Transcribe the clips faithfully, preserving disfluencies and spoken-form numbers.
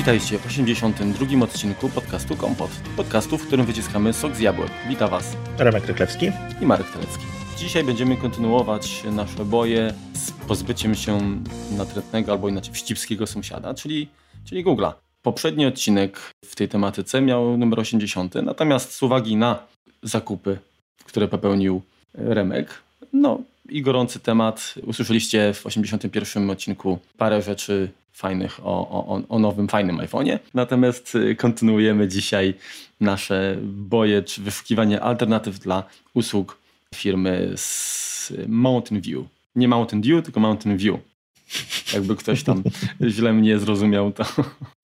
Witajcie w osiemdziesiątym drugim odcinku podcastu Kompot. Podcastu, w którym wyciskamy sok z jabłek. Witam Was Remek Rychlewski i Marek Telecki. Dzisiaj będziemy kontynuować nasze boje z pozbyciem się natrętnego albo inaczej wścibskiego sąsiada, czyli, czyli Google'a. Poprzedni odcinek w tej tematyce miał numer osiemdziesiąty, natomiast z uwagi na zakupy, które popełnił Remek, no i gorący temat, usłyszeliście w osiemdziesiątym pierwszym odcinku parę rzeczy fajnych o, o, o nowym, fajnym iPhone'ie. Natomiast kontynuujemy dzisiaj nasze boje czy wyszukiwanie alternatyw dla usług firmy z Mountain View. Nie Mountain Dew, tylko Mountain View. Jakby ktoś tam źle mnie zrozumiał, to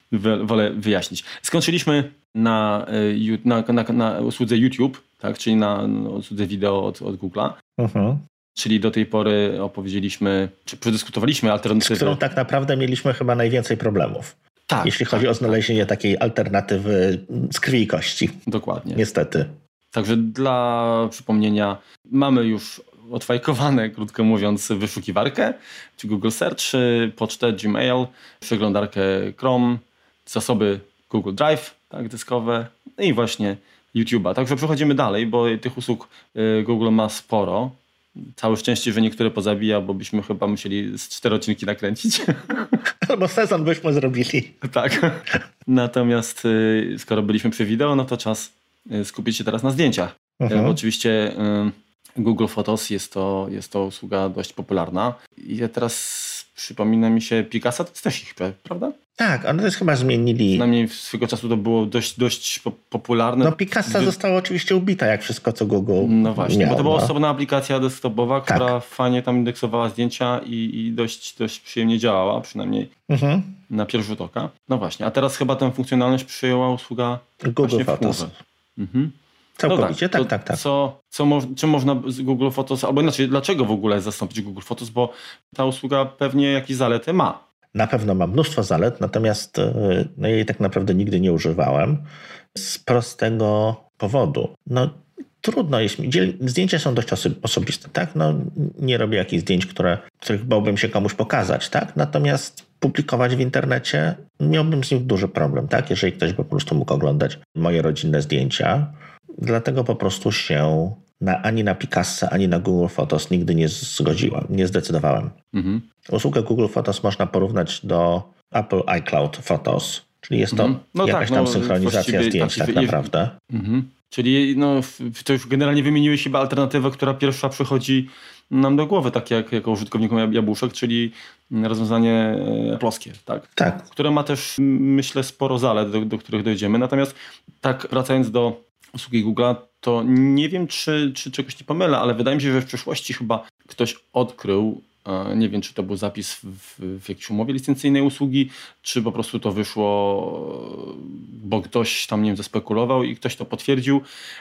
wolę wyjaśnić. Skończyliśmy na, na, na, na usłudze YouTube, tak? Czyli na, na usłudze wideo od, od Google'a. Uh-huh. Czyli do tej pory opowiedzieliśmy, czy przedyskutowaliśmy alternatywy. Z którą tak naprawdę mieliśmy chyba najwięcej problemów. Tak. Jeśli chodzi tak, o znalezienie tak. takiej alternatywy z krwi i kości. Dokładnie. Niestety. Także dla przypomnienia mamy już odfajkowane, krótko mówiąc, wyszukiwarkę, czy Google Search, pocztę Gmail, przeglądarkę Chrome, zasoby Google Drive, tak, dyskowe, no i właśnie YouTube'a. Także przechodzimy dalej, bo tych usług Google ma sporo. Całe szczęście, że niektóre pozabija, bo byśmy chyba musieli z cztery odcinki nakręcić. Albo sezon byśmy zrobili. Tak. Natomiast skoro byliśmy przy wideo, no to czas skupić się teraz na zdjęciach. Uh-huh. Oczywiście Google Photos jest to, jest to usługa dość popularna. I ja teraz przypomina mi się Picasa, to jest też ich, prawda? Tak, one też chyba zmienili. Przynajmniej swego czasu to było dość, dość popularne. No Picasa Wy... została oczywiście ubita, jak wszystko co Google No właśnie, miał, bo to była no. osobna aplikacja desktopowa, tak. która fajnie tam indeksowała zdjęcia i, i dość, dość przyjemnie działała, przynajmniej mhm. na pierwszy rzut oka. No właśnie, a teraz chyba tę funkcjonalność przyjęła usługa Google Photos. Mhm. Całkowicie, no tak, tak, tak, tak. Co, co mo- czym można z Google Photos, albo inaczej, dlaczego w ogóle zastąpić Google Photos, bo ta usługa pewnie jakieś zalety ma. Na pewno ma mnóstwo zalet, natomiast no, jej tak naprawdę nigdy nie używałem z prostego powodu. No trudno jest mi. Zdjęcia są dość oso- osobiste, tak? No nie robię jakichś zdjęć, które, których bałbym się komuś pokazać, tak? Natomiast publikować w internecie miałbym z nich duży problem, tak? Jeżeli ktoś by po prostu mógł oglądać moje rodzinne zdjęcia. Dlatego po prostu się na, ani na Picasa, ani na Google Photos nigdy nie zgodziłem, nie zdecydowałem. Mhm. Usługę Google Photos można porównać do Apple iCloud Photos, czyli jest to mhm. no jakaś tak, tam no, synchronizacja zdjęć tak, tak naprawdę. Mhm. Czyli no, to już generalnie wymieniłeś chyba alternatywę, która pierwsza przychodzi nam do głowy, tak jak jako użytkownikom jabłuszek, czyli rozwiązanie ploskie, tak? Tak. Które ma też, myślę, sporo zalet, do, do których dojdziemy. Natomiast tak wracając do usługi Google'a, to nie wiem, czy, czy czegoś nie pomylę, ale wydaje mi się, że w przyszłości chyba ktoś odkrył, nie wiem, czy to był zapis w, w jakiejś umowie licencyjnej usługi, czy po prostu to wyszło, bo ktoś tam, nie wiem, zaspekulował i ktoś to potwierdził,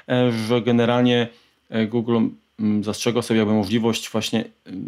że generalnie Google zastrzegał sobie jakby możliwość właśnie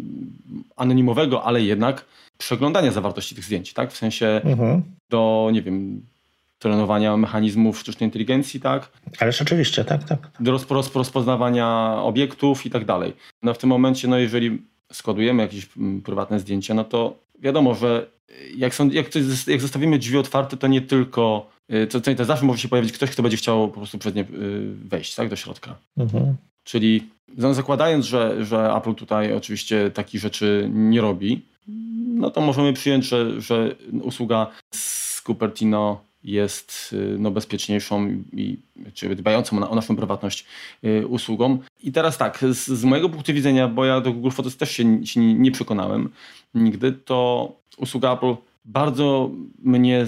anonimowego, ale jednak przeglądania zawartości tych zdjęć, tak? W sensie mhm. do, nie wiem, trenowania mechanizmów sztucznej inteligencji, tak? Ależ oczywiście, tak, tak. Do rozpo, rozpoznawania obiektów i tak dalej. No w tym momencie, no jeżeli skodujemy jakieś prywatne zdjęcia, no to wiadomo, że jak, są, jak, jak zostawimy drzwi otwarte, to nie tylko, to, to zawsze może się pojawić ktoś, kto będzie chciał po prostu przez nie wejść, tak, do środka. Mhm. Czyli zakładając, że, że Apple tutaj oczywiście takich rzeczy nie robi, no to możemy przyjąć, że, że usługa z Cupertino jest no, bezpieczniejszą i czy dbającą o, o naszą prywatność y, usługą. I teraz tak, z, z mojego punktu widzenia, bo ja do Google Photos też się, się nie przekonałem nigdy, to usługa Apple bardzo mnie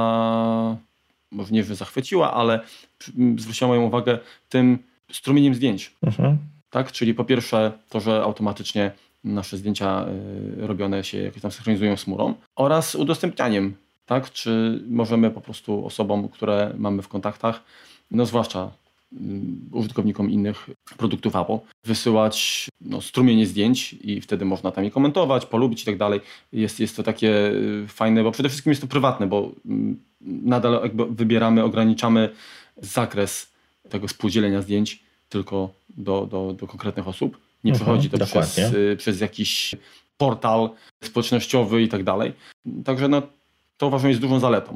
za... może nie, że zachwyciła, ale zwróciła moją uwagę tym strumieniem zdjęć. Mhm. Tak? Czyli po pierwsze to, że automatycznie nasze zdjęcia y, robione się jakoś tam synchronizują z chmurą oraz udostępnianiem. Tak? Czy możemy po prostu osobom, które mamy w kontaktach, no zwłaszcza użytkownikom innych produktów Apple, wysyłać no, strumienie zdjęć i wtedy można tam je komentować, polubić i tak dalej. Jest, jest to takie fajne, bo przede wszystkim jest to prywatne, bo nadal jakby wybieramy, ograniczamy zakres tego współdzielenia zdjęć tylko do, do, do konkretnych osób. Nie mhm, przechodzi to przez, przez jakiś portal społecznościowy i tak dalej. Także no, to uważam jest dużą zaletą.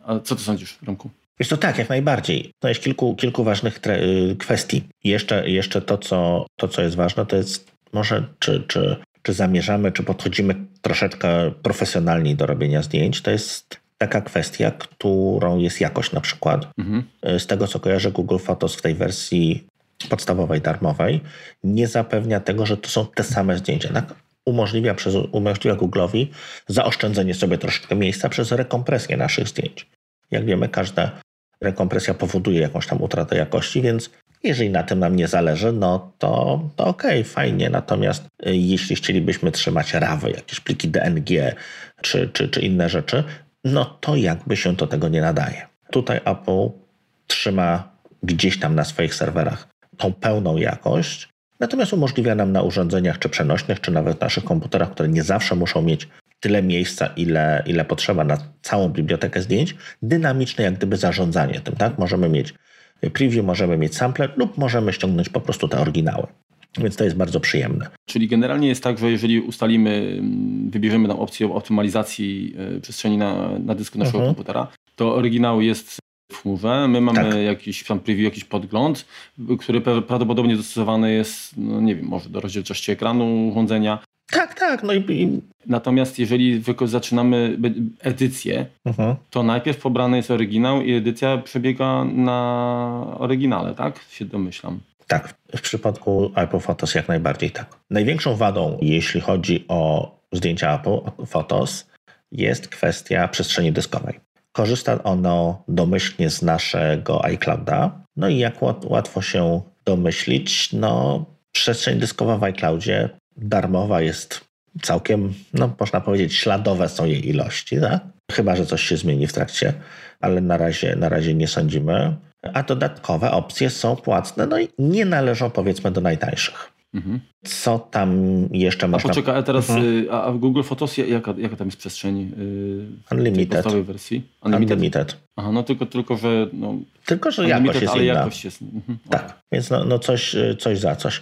A co ty sądzisz, Romku? Jest to tak, jak najbardziej. To jest kilku, kilku ważnych tre- kwestii. Jeszcze, jeszcze to, co, to, co jest ważne, to jest może czy, czy, czy zamierzamy, czy podchodzimy troszeczkę profesjonalniej do robienia zdjęć. To jest taka kwestia, którą jest jakość na przykład. Mhm. Z tego, co kojarzę, Google Photos w tej wersji podstawowej, darmowej nie zapewnia tego, że to są te same zdjęcia. Tak? Umożliwia, przez, umożliwia Google'owi zaoszczędzenie sobie troszeczkę miejsca przez rekompresję naszych zdjęć. Jak wiemy, każda rekompresja powoduje jakąś tam utratę jakości, więc jeżeli na tym nam nie zależy, no to, to okej, okay, fajnie. Natomiast jeśli chcielibyśmy trzymać rawy, jakieś pliki D N G czy, czy, czy inne rzeczy, no to jakby się do tego nie nadaje. Tutaj Apple trzyma gdzieś tam na swoich serwerach tą pełną jakość, natomiast umożliwia nam na urządzeniach czy przenośnych, czy nawet naszych komputerach, które nie zawsze muszą mieć tyle miejsca, ile, ile potrzeba na całą bibliotekę zdjęć, dynamiczne jak gdyby zarządzanie tym, tak? Możemy mieć preview, możemy mieć sampler lub możemy ściągnąć po prostu te oryginały. Więc to jest bardzo przyjemne. Czyli generalnie jest tak, że jeżeli ustalimy, wybierzemy tam opcję optymalizacji przestrzeni na, na dysku naszego mhm. komputera, to oryginał jest w chmurze, my mamy tak. jakiś tam preview, jakiś podgląd, który prawdopodobnie dostosowany jest, no nie wiem, może do rozdzielczości ekranu urządzenia. Tak, tak. No i, i... Natomiast jeżeli zaczynamy edycję, mhm. to najpierw pobrany jest oryginał i edycja przebiega na oryginale, tak? Się domyślam. Tak, w przypadku Apple Photos jak najbardziej tak. Największą wadą, jeśli chodzi o zdjęcia Apple Photos, jest kwestia przestrzeni dyskowej. Korzysta ono domyślnie z naszego iClouda. No i jak łatwo się domyślić, no przestrzeń dyskowa w iCloudzie darmowa jest całkiem, no można powiedzieć, śladowe są jej ilości, tak? Chyba że coś się zmieni w trakcie, ale na razie, na razie nie sądzimy. A dodatkowe opcje są płatne, no i nie należą powiedzmy do najtańszych. Mhm. Co tam jeszcze można... A poczekaj, a teraz mhm. a w Google Photos jaka, jaka tam jest przestrzeń yy, Unlimited. tej podstawowej wersji? Unlimited. Unlimited. Aha, no tylko, tylko że... No, tylko, że jakość jest ale inna. Jakość jest, mhm. Tak, okay. Więc no, no coś, coś za coś.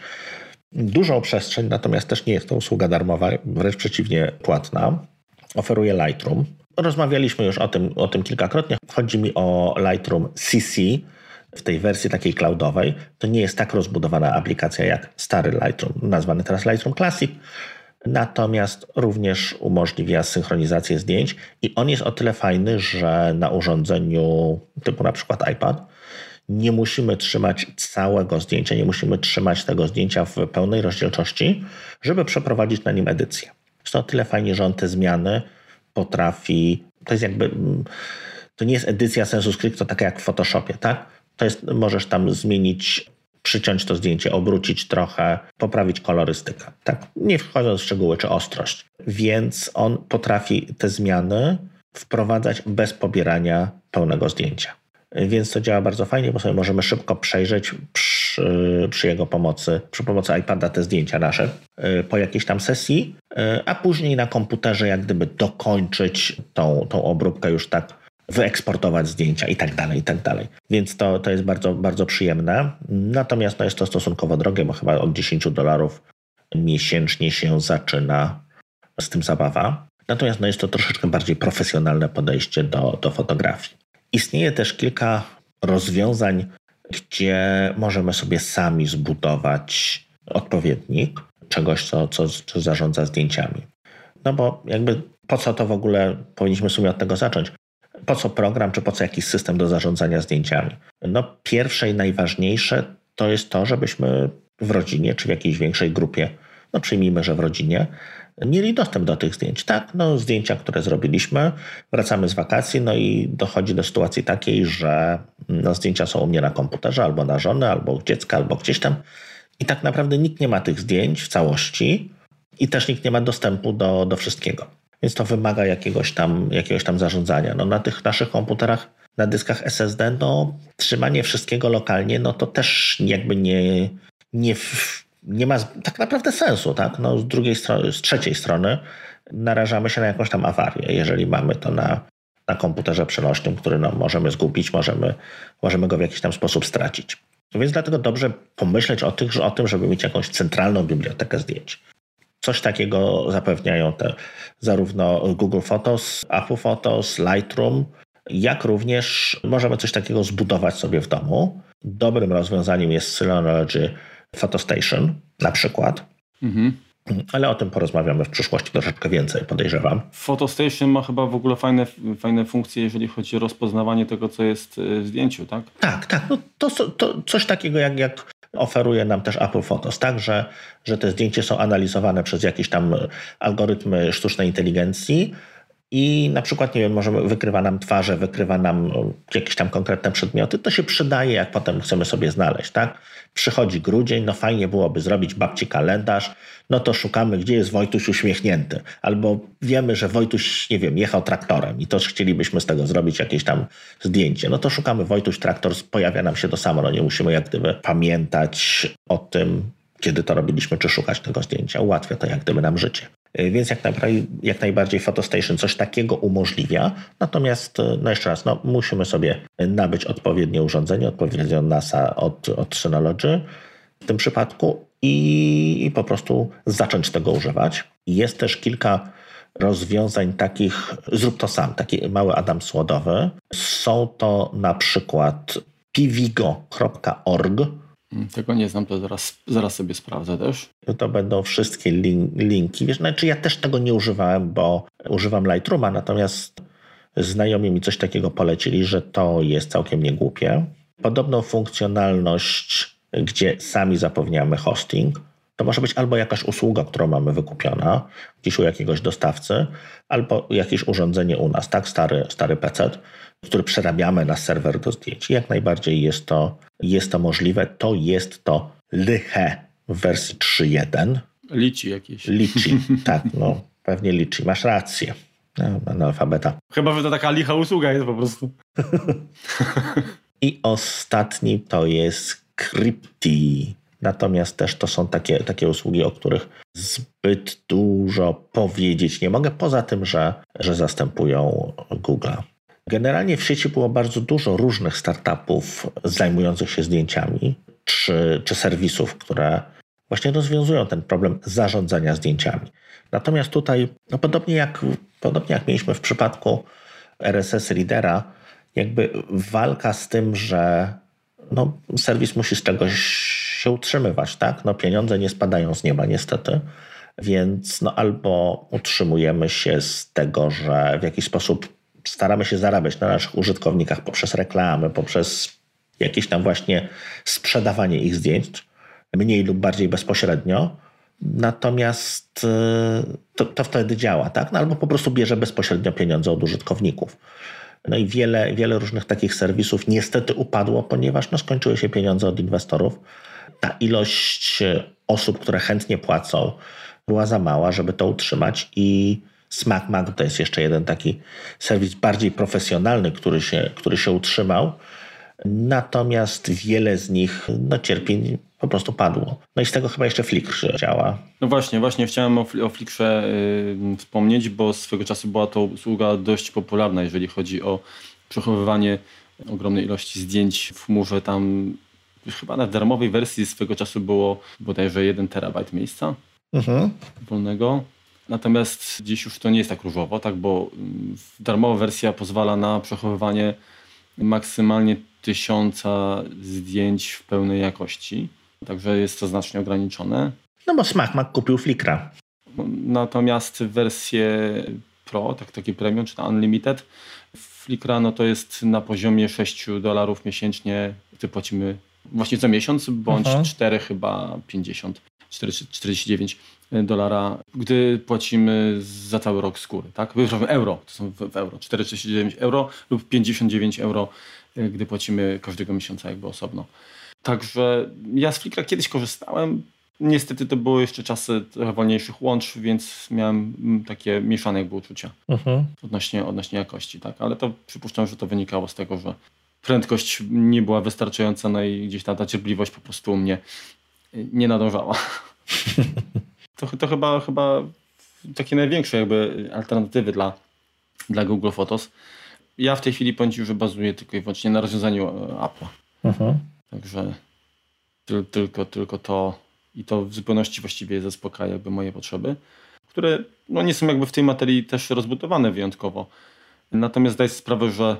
Dużą przestrzeń, natomiast też nie jest to usługa darmowa, wręcz przeciwnie płatna, oferuje Lightroom. Rozmawialiśmy już o tym, o tym kilkakrotnie. Chodzi mi o Lightroom C C w tej wersji takiej cloudowej. To nie jest tak rozbudowana aplikacja jak stary Lightroom, nazwany teraz Lightroom Classic, natomiast również umożliwia synchronizację zdjęć i on jest o tyle fajny, że na urządzeniu typu na przykład iPad nie musimy trzymać całego zdjęcia, nie musimy trzymać tego zdjęcia w pełnej rozdzielczości, żeby przeprowadzić na nim edycję. Jest to o tyle fajnie, że on te zmiany potrafi, to jest jakby, to nie jest edycja sensu stricto taka jak w Photoshopie, tak? To jest, możesz tam zmienić, przyciąć to zdjęcie, obrócić trochę, poprawić kolorystykę, tak? Nie wchodząc w szczegóły czy ostrość. Więc on potrafi te zmiany wprowadzać bez pobierania pełnego zdjęcia. Więc to działa bardzo fajnie, bo sobie możemy szybko przejrzeć przy, przy jego pomocy, przy pomocy iPada te zdjęcia nasze po jakiejś tam sesji, a później na komputerze jak gdyby dokończyć tą, tą obróbkę już tak, wyeksportować zdjęcia i tak dalej, i tak dalej. Więc to, to jest bardzo, bardzo przyjemne. Natomiast no jest to stosunkowo drogie, bo chyba od dziesięć dolarów miesięcznie się zaczyna z tym zabawa. Natomiast no jest to troszeczkę bardziej profesjonalne podejście do, do fotografii. Istnieje też kilka rozwiązań, gdzie możemy sobie sami zbudować odpowiednik czegoś, co, co, co zarządza zdjęciami. No bo jakby po co to w ogóle, powinniśmy w sumie od tego zacząć, po co program, czy po co jakiś system do zarządzania zdjęciami? No pierwsze i najważniejsze to jest to, żebyśmy w rodzinie, czy w jakiejś większej grupie, no przyjmijmy, że w rodzinie, mieli dostęp do tych zdjęć. Tak, no zdjęcia, które zrobiliśmy, wracamy z wakacji, no i dochodzi do sytuacji takiej, że no, zdjęcia są u mnie na komputerze, albo na żonę, albo u dziecka, albo gdzieś tam i tak naprawdę nikt nie ma tych zdjęć w całości i też nikt nie ma dostępu do, do wszystkiego. Więc to wymaga jakiegoś tam, jakiegoś tam zarządzania. No, na tych naszych komputerach, na dyskach S S D, no trzymanie wszystkiego lokalnie, no to też jakby nie, nie, nie ma tak naprawdę sensu. Tak? No, z drugiej strony, z trzeciej strony narażamy się na jakąś tam awarię, jeżeli mamy to na, na komputerze przenośnym, który no, możemy zgubić, możemy, możemy go w jakiś tam sposób stracić. Więc dlatego dobrze pomyśleć o, tych, o tym, żeby mieć jakąś centralną bibliotekę zdjęć. Coś takiego zapewniają te zarówno Google Photos, Apple Photos, Lightroom, jak również możemy coś takiego zbudować sobie w domu. Dobrym rozwiązaniem jest Synology PhotoStation na przykład. Mhm. Ale o tym porozmawiamy w przyszłości troszeczkę więcej, podejrzewam. PhotoStation ma chyba w ogóle fajne, fajne funkcje, jeżeli chodzi o rozpoznawanie tego, co jest w zdjęciu, tak? Tak, tak. No to, to coś takiego jak, jak oferuje nam też Apple Photos, tak? Że, że te zdjęcia są analizowane przez jakieś tam algorytmy sztucznej inteligencji i na przykład, nie wiem, możemy, wykrywa nam twarze, wykrywa nam jakieś tam konkretne przedmioty. To się przydaje, jak potem chcemy sobie znaleźć, tak? Przychodzi grudzień, no fajnie byłoby zrobić babci kalendarz, no to szukamy, gdzie jest Wojtuś uśmiechnięty. Albo wiemy, że Wojtuś, nie wiem, jechał traktorem i to chcielibyśmy z tego zrobić jakieś tam zdjęcie. No to szukamy Wojtuś traktor, pojawia nam się to samo, no nie musimy jak gdyby pamiętać o tym, kiedy to robiliśmy, czy szukać tego zdjęcia. Ułatwia to jak gdyby nam życie. Więc jak, najbardziej, jak najbardziej PhotoStation coś takiego umożliwia. Natomiast, no jeszcze raz, no musimy sobie nabyć odpowiednie urządzenie, odpowiednio NASA od, od Synology w tym przypadku i, i po prostu zacząć tego używać. Jest też kilka rozwiązań takich, zrób to sam, taki mały Adam Słodowy. Są to na przykład pivigo kropka org. Tego nie znam, to zaraz, zaraz sobie sprawdzę też. To będą wszystkie lin- linki. Wiesz, znaczy ja też tego nie używałem, bo używam Lightrooma, natomiast znajomi mi coś takiego polecili, że to jest całkiem niegłupie. Podobną funkcjonalność, gdzie sami zapewniamy hosting, to może być albo jakaś usługa, którą mamy wykupiona gdzieś u jakiegoś dostawcy, albo jakieś urządzenie u nas, tak? Stary, stary P C, który przerabiamy na serwer do zdjęć. Jak najbardziej jest to, jest to możliwe. To jest to liche w wersji trzy jeden. Liczy jakieś. Liczy, tak, no pewnie liczy. Masz rację. No, analfabeta. Chyba, że to taka licha usługa jest po prostu. I ostatni to jest Crypti. Natomiast też to są takie, takie usługi, o których zbyt dużo powiedzieć nie mogę, poza tym, że, że zastępują Google'a. Generalnie w sieci było bardzo dużo różnych startupów zajmujących się zdjęciami, czy, czy serwisów, które właśnie rozwiązują ten problem zarządzania zdjęciami. Natomiast tutaj, no podobnie, jak, podobnie jak mieliśmy w przypadku R S S Readera, jakby walka z tym, że no, serwis musi z czegoś się utrzymywać, tak? No, pieniądze nie spadają z nieba niestety, więc no, albo utrzymujemy się z tego, że w jakiś sposób staramy się zarabiać na naszych użytkownikach poprzez reklamy, poprzez jakieś tam właśnie sprzedawanie ich zdjęć, mniej lub bardziej bezpośrednio, natomiast to, to wtedy działa, tak? No, albo po prostu bierze bezpośrednio pieniądze od użytkowników. No i wiele, wiele różnych takich serwisów niestety upadło, ponieważ no, skończyły się pieniądze od inwestorów. Ta ilość osób, które chętnie płacą, była za mała, żeby to utrzymać i SmackMag to jest jeszcze jeden taki serwis bardziej profesjonalny, który się, który się utrzymał. Natomiast wiele z nich no, cierpień po prostu padło. No i z tego chyba jeszcze Flickr działa. No właśnie, właśnie chciałem o, o Flickrze yy, wspomnieć, bo swego czasu była to usługa dość popularna, jeżeli chodzi o przechowywanie ogromnej ilości zdjęć w chmurze. Tam chyba na darmowej wersji swego czasu było bodajże jeden terabajt miejsca mhm. wolnego. Natomiast dziś już to nie jest tak różowo, tak, bo darmowa wersja pozwala na przechowywanie maksymalnie tysiąca zdjęć w pełnej jakości. Także jest to znacznie ograniczone. No bo SmackMag kupił Flickra. Natomiast wersję Pro, tak takie premium, czy na Unlimited, Flickra no to jest na poziomie sześć dolarów miesięcznie, gdy płacimy właśnie co miesiąc, bądź uh-huh. cztery chyba pięćdziesiąt, cztery czterdzieści dziewięć dolara, gdy płacimy za cały rok skóry, tak? Przepraszam, euro, to są w, w euro, cztery czterdzieści dziewięć euro lub pięćdziesiąt dziewięć euro, gdy płacimy każdego miesiąca jakby osobno. Także ja z Flickra kiedyś korzystałem. Niestety to były jeszcze czasy trochę wolniejszych łącz, więc miałem takie mieszane jakby uczucia uh-huh. odnośnie, odnośnie jakości, tak? Ale to przypuszczam, że to wynikało z tego, że prędkość nie była wystarczająca, no i gdzieś ta, ta cierpliwość po prostu u mnie nie nadążała. to, to chyba, chyba takie największe jakby alternatywy dla, dla Google Photos. Ja w tej chwili powiem, że bazuję tylko i wyłącznie na rozwiązaniu Apple'a. Uh-huh. Także ty, tylko, tylko to i to w zupełności właściwie zaspokaja jakby moje potrzeby, które no, nie są jakby w tej materii też rozbudowane wyjątkowo. Natomiast zdaję sobie sprawę, że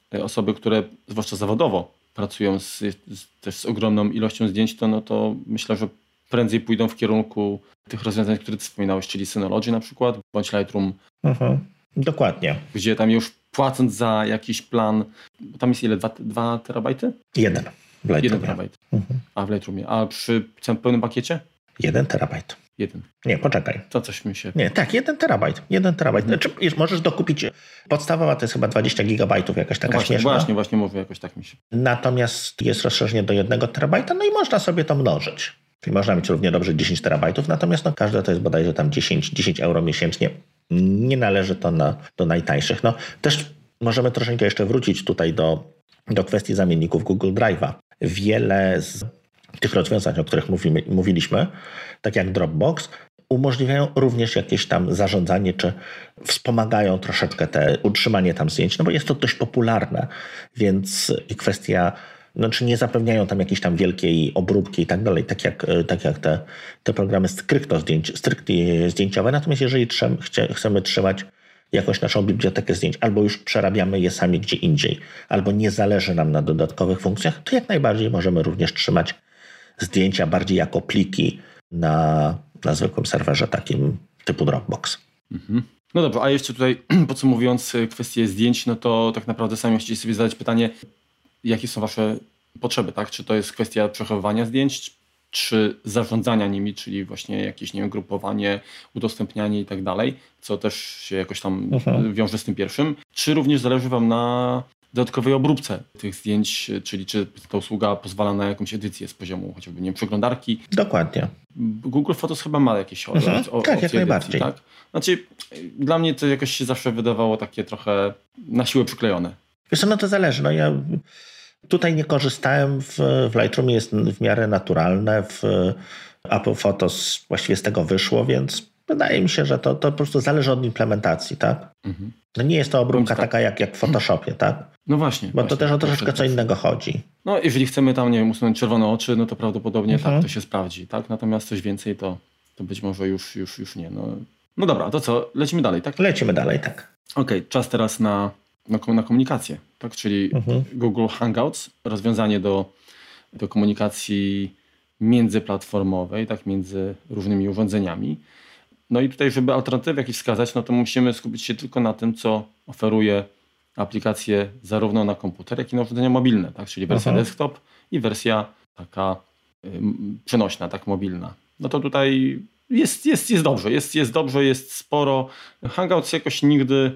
osoby, które zwłaszcza zawodowo pracują z, z, też z ogromną ilością zdjęć, to, no to myślę, że prędzej pójdą w kierunku tych rozwiązań, które ty wspominałeś, czyli Synology na przykład, bądź Lightroom. Mhm. Dokładnie. Gdzie tam już płacąc za jakiś plan, bo tam jest ile? dwa terabajty? Jeden. W Jeden terabajt. Mhm. A w Lightroomie. A przy całym pełnym pakiecie? Jeden terabajt. Jeden. Nie, poczekaj. To coś mi się... Nie, tak, jeden terabajt. Jeden terabajt. Mhm. Znaczy, możesz dokupić, podstawowa to jest chyba dwadzieścia gigabajtów, jakaś taka no właśnie, śmieszna. Właśnie, właśnie mówię, jakoś tak mi się... Natomiast jest rozszerzenie do jednego terabajta, no i można sobie to mnożyć. Czyli można mieć równie dobrze dziesięć terabajtów, natomiast no każde to jest bodajże tam dziesięć, dziesięć euro miesięcznie. Nie należy to na, do najtańszych. No też możemy troszeczkę jeszcze wrócić tutaj do, do kwestii zamienników Google Drive'a. Wiele z tych rozwiązań, o których mówimy, mówiliśmy, tak jak Dropbox, umożliwiają również jakieś tam zarządzanie, czy wspomagają troszeczkę te utrzymanie tam zdjęć, no bo jest to dość popularne, więc kwestia, no czy nie zapewniają tam jakiejś tam wielkiej obróbki i tak dalej, tak jak, tak jak te, te programy stricte, zdjęć, stricte zdjęciowe, natomiast jeżeli trzem, chcie, chcemy trzymać jakąś naszą bibliotekę zdjęć, albo już przerabiamy je sami gdzie indziej, albo nie zależy nam na dodatkowych funkcjach, to jak najbardziej możemy również trzymać zdjęcia bardziej jako pliki na, na zwykłym serwerze takim typu Dropbox. Mhm. No dobrze, a jeszcze tutaj podsumowując kwestię zdjęć, no to tak naprawdę sami musicie sobie zadać pytanie, jakie są wasze potrzeby, tak? Czy to jest kwestia przechowywania zdjęć, czy zarządzania nimi, czyli właśnie jakieś, nie wiem, grupowanie, udostępnianie i tak dalej, co też się jakoś tam mhm. wiąże z tym pierwszym, czy również zależy wam na dodatkowej obróbce tych zdjęć, czyli czy ta usługa pozwala na jakąś edycję z poziomu chociażby, nie wiem, przeglądarki. Dokładnie. Google Photos chyba ma jakieś mhm. o, o, tak, jak najbardziej. Tak? Znaczy, dla mnie to jakoś się zawsze wydawało takie trochę na siłę przyklejone. Wiesz co, no to zależy. No ja tutaj nie korzystałem, w, w Lightroomie jest w miarę naturalne, w Apple Photos właściwie z tego wyszło, więc wydaje mi się, że to, to po prostu zależy od implementacji, tak? Mhm. No nie jest to obróbka tak. taka jak, jak w Photoshopie, tak? No właśnie. Bo właśnie, to też o troszeczkę co innego chodzi. No jeżeli chcemy tam, nie wiem, usunąć czerwone oczy, no to prawdopodobnie mhm. tak, to się sprawdzi, tak? Natomiast coś więcej to, to być może już, już, już nie. No, no dobra, to co? Lecimy dalej, tak? Lecimy dalej, tak. Okej, okay, czas teraz na, na, na komunikację, tak? Czyli mhm. Google Hangouts, rozwiązanie do, do komunikacji międzyplatformowej, tak? Między różnymi urządzeniami. No i tutaj, żeby alternatywy jakieś wskazać, no to musimy skupić się tylko na tym, co oferuje aplikacje zarówno na komputer, jak i na urządzenia mobilne, tak? Czyli wersja Aha. desktop i wersja taka y, przenośna, tak mobilna. No to tutaj jest, jest, jest dobrze, jest, jest dobrze, jest sporo. Hangouts jakoś nigdy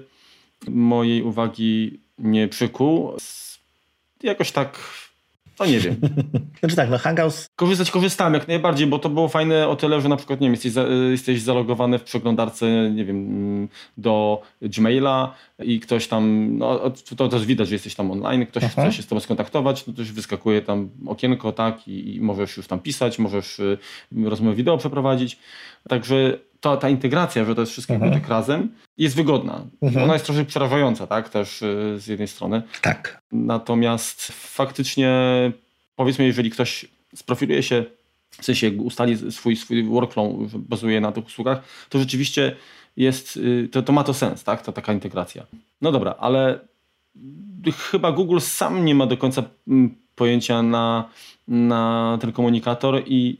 mojej uwagi nie przykuł. Jakoś tak, no nie wiem. Znaczy tak, no Hangouts... Korzystać korzystałem jak najbardziej, bo to było fajne o tyle, że na przykład, nie wiem, jesteś, za, jesteś zalogowany w przeglądarce, nie wiem, do Gmaila i ktoś tam, no to też widać, że jesteś tam online, ktoś Aha. chce się z tobą skontaktować, no to już wyskakuje tam okienko, tak, i, i możesz już tam pisać, możesz y, rozmowę wideo przeprowadzić. Także ta, ta integracja, że to jest wszystko mhm. tak razem, jest wygodna. Mhm. Ona jest troszkę przerażająca, tak, też y, z jednej strony. Tak. Natomiast faktycznie, powiedzmy, jeżeli ktoś sprofiluje się, w sensie ustali swój, swój workflow, że bazuje na tych usługach, to rzeczywiście jest, to, to ma to sens, tak, ta taka integracja. No dobra, ale chyba Google sam nie ma do końca pojęcia na, na ten komunikator i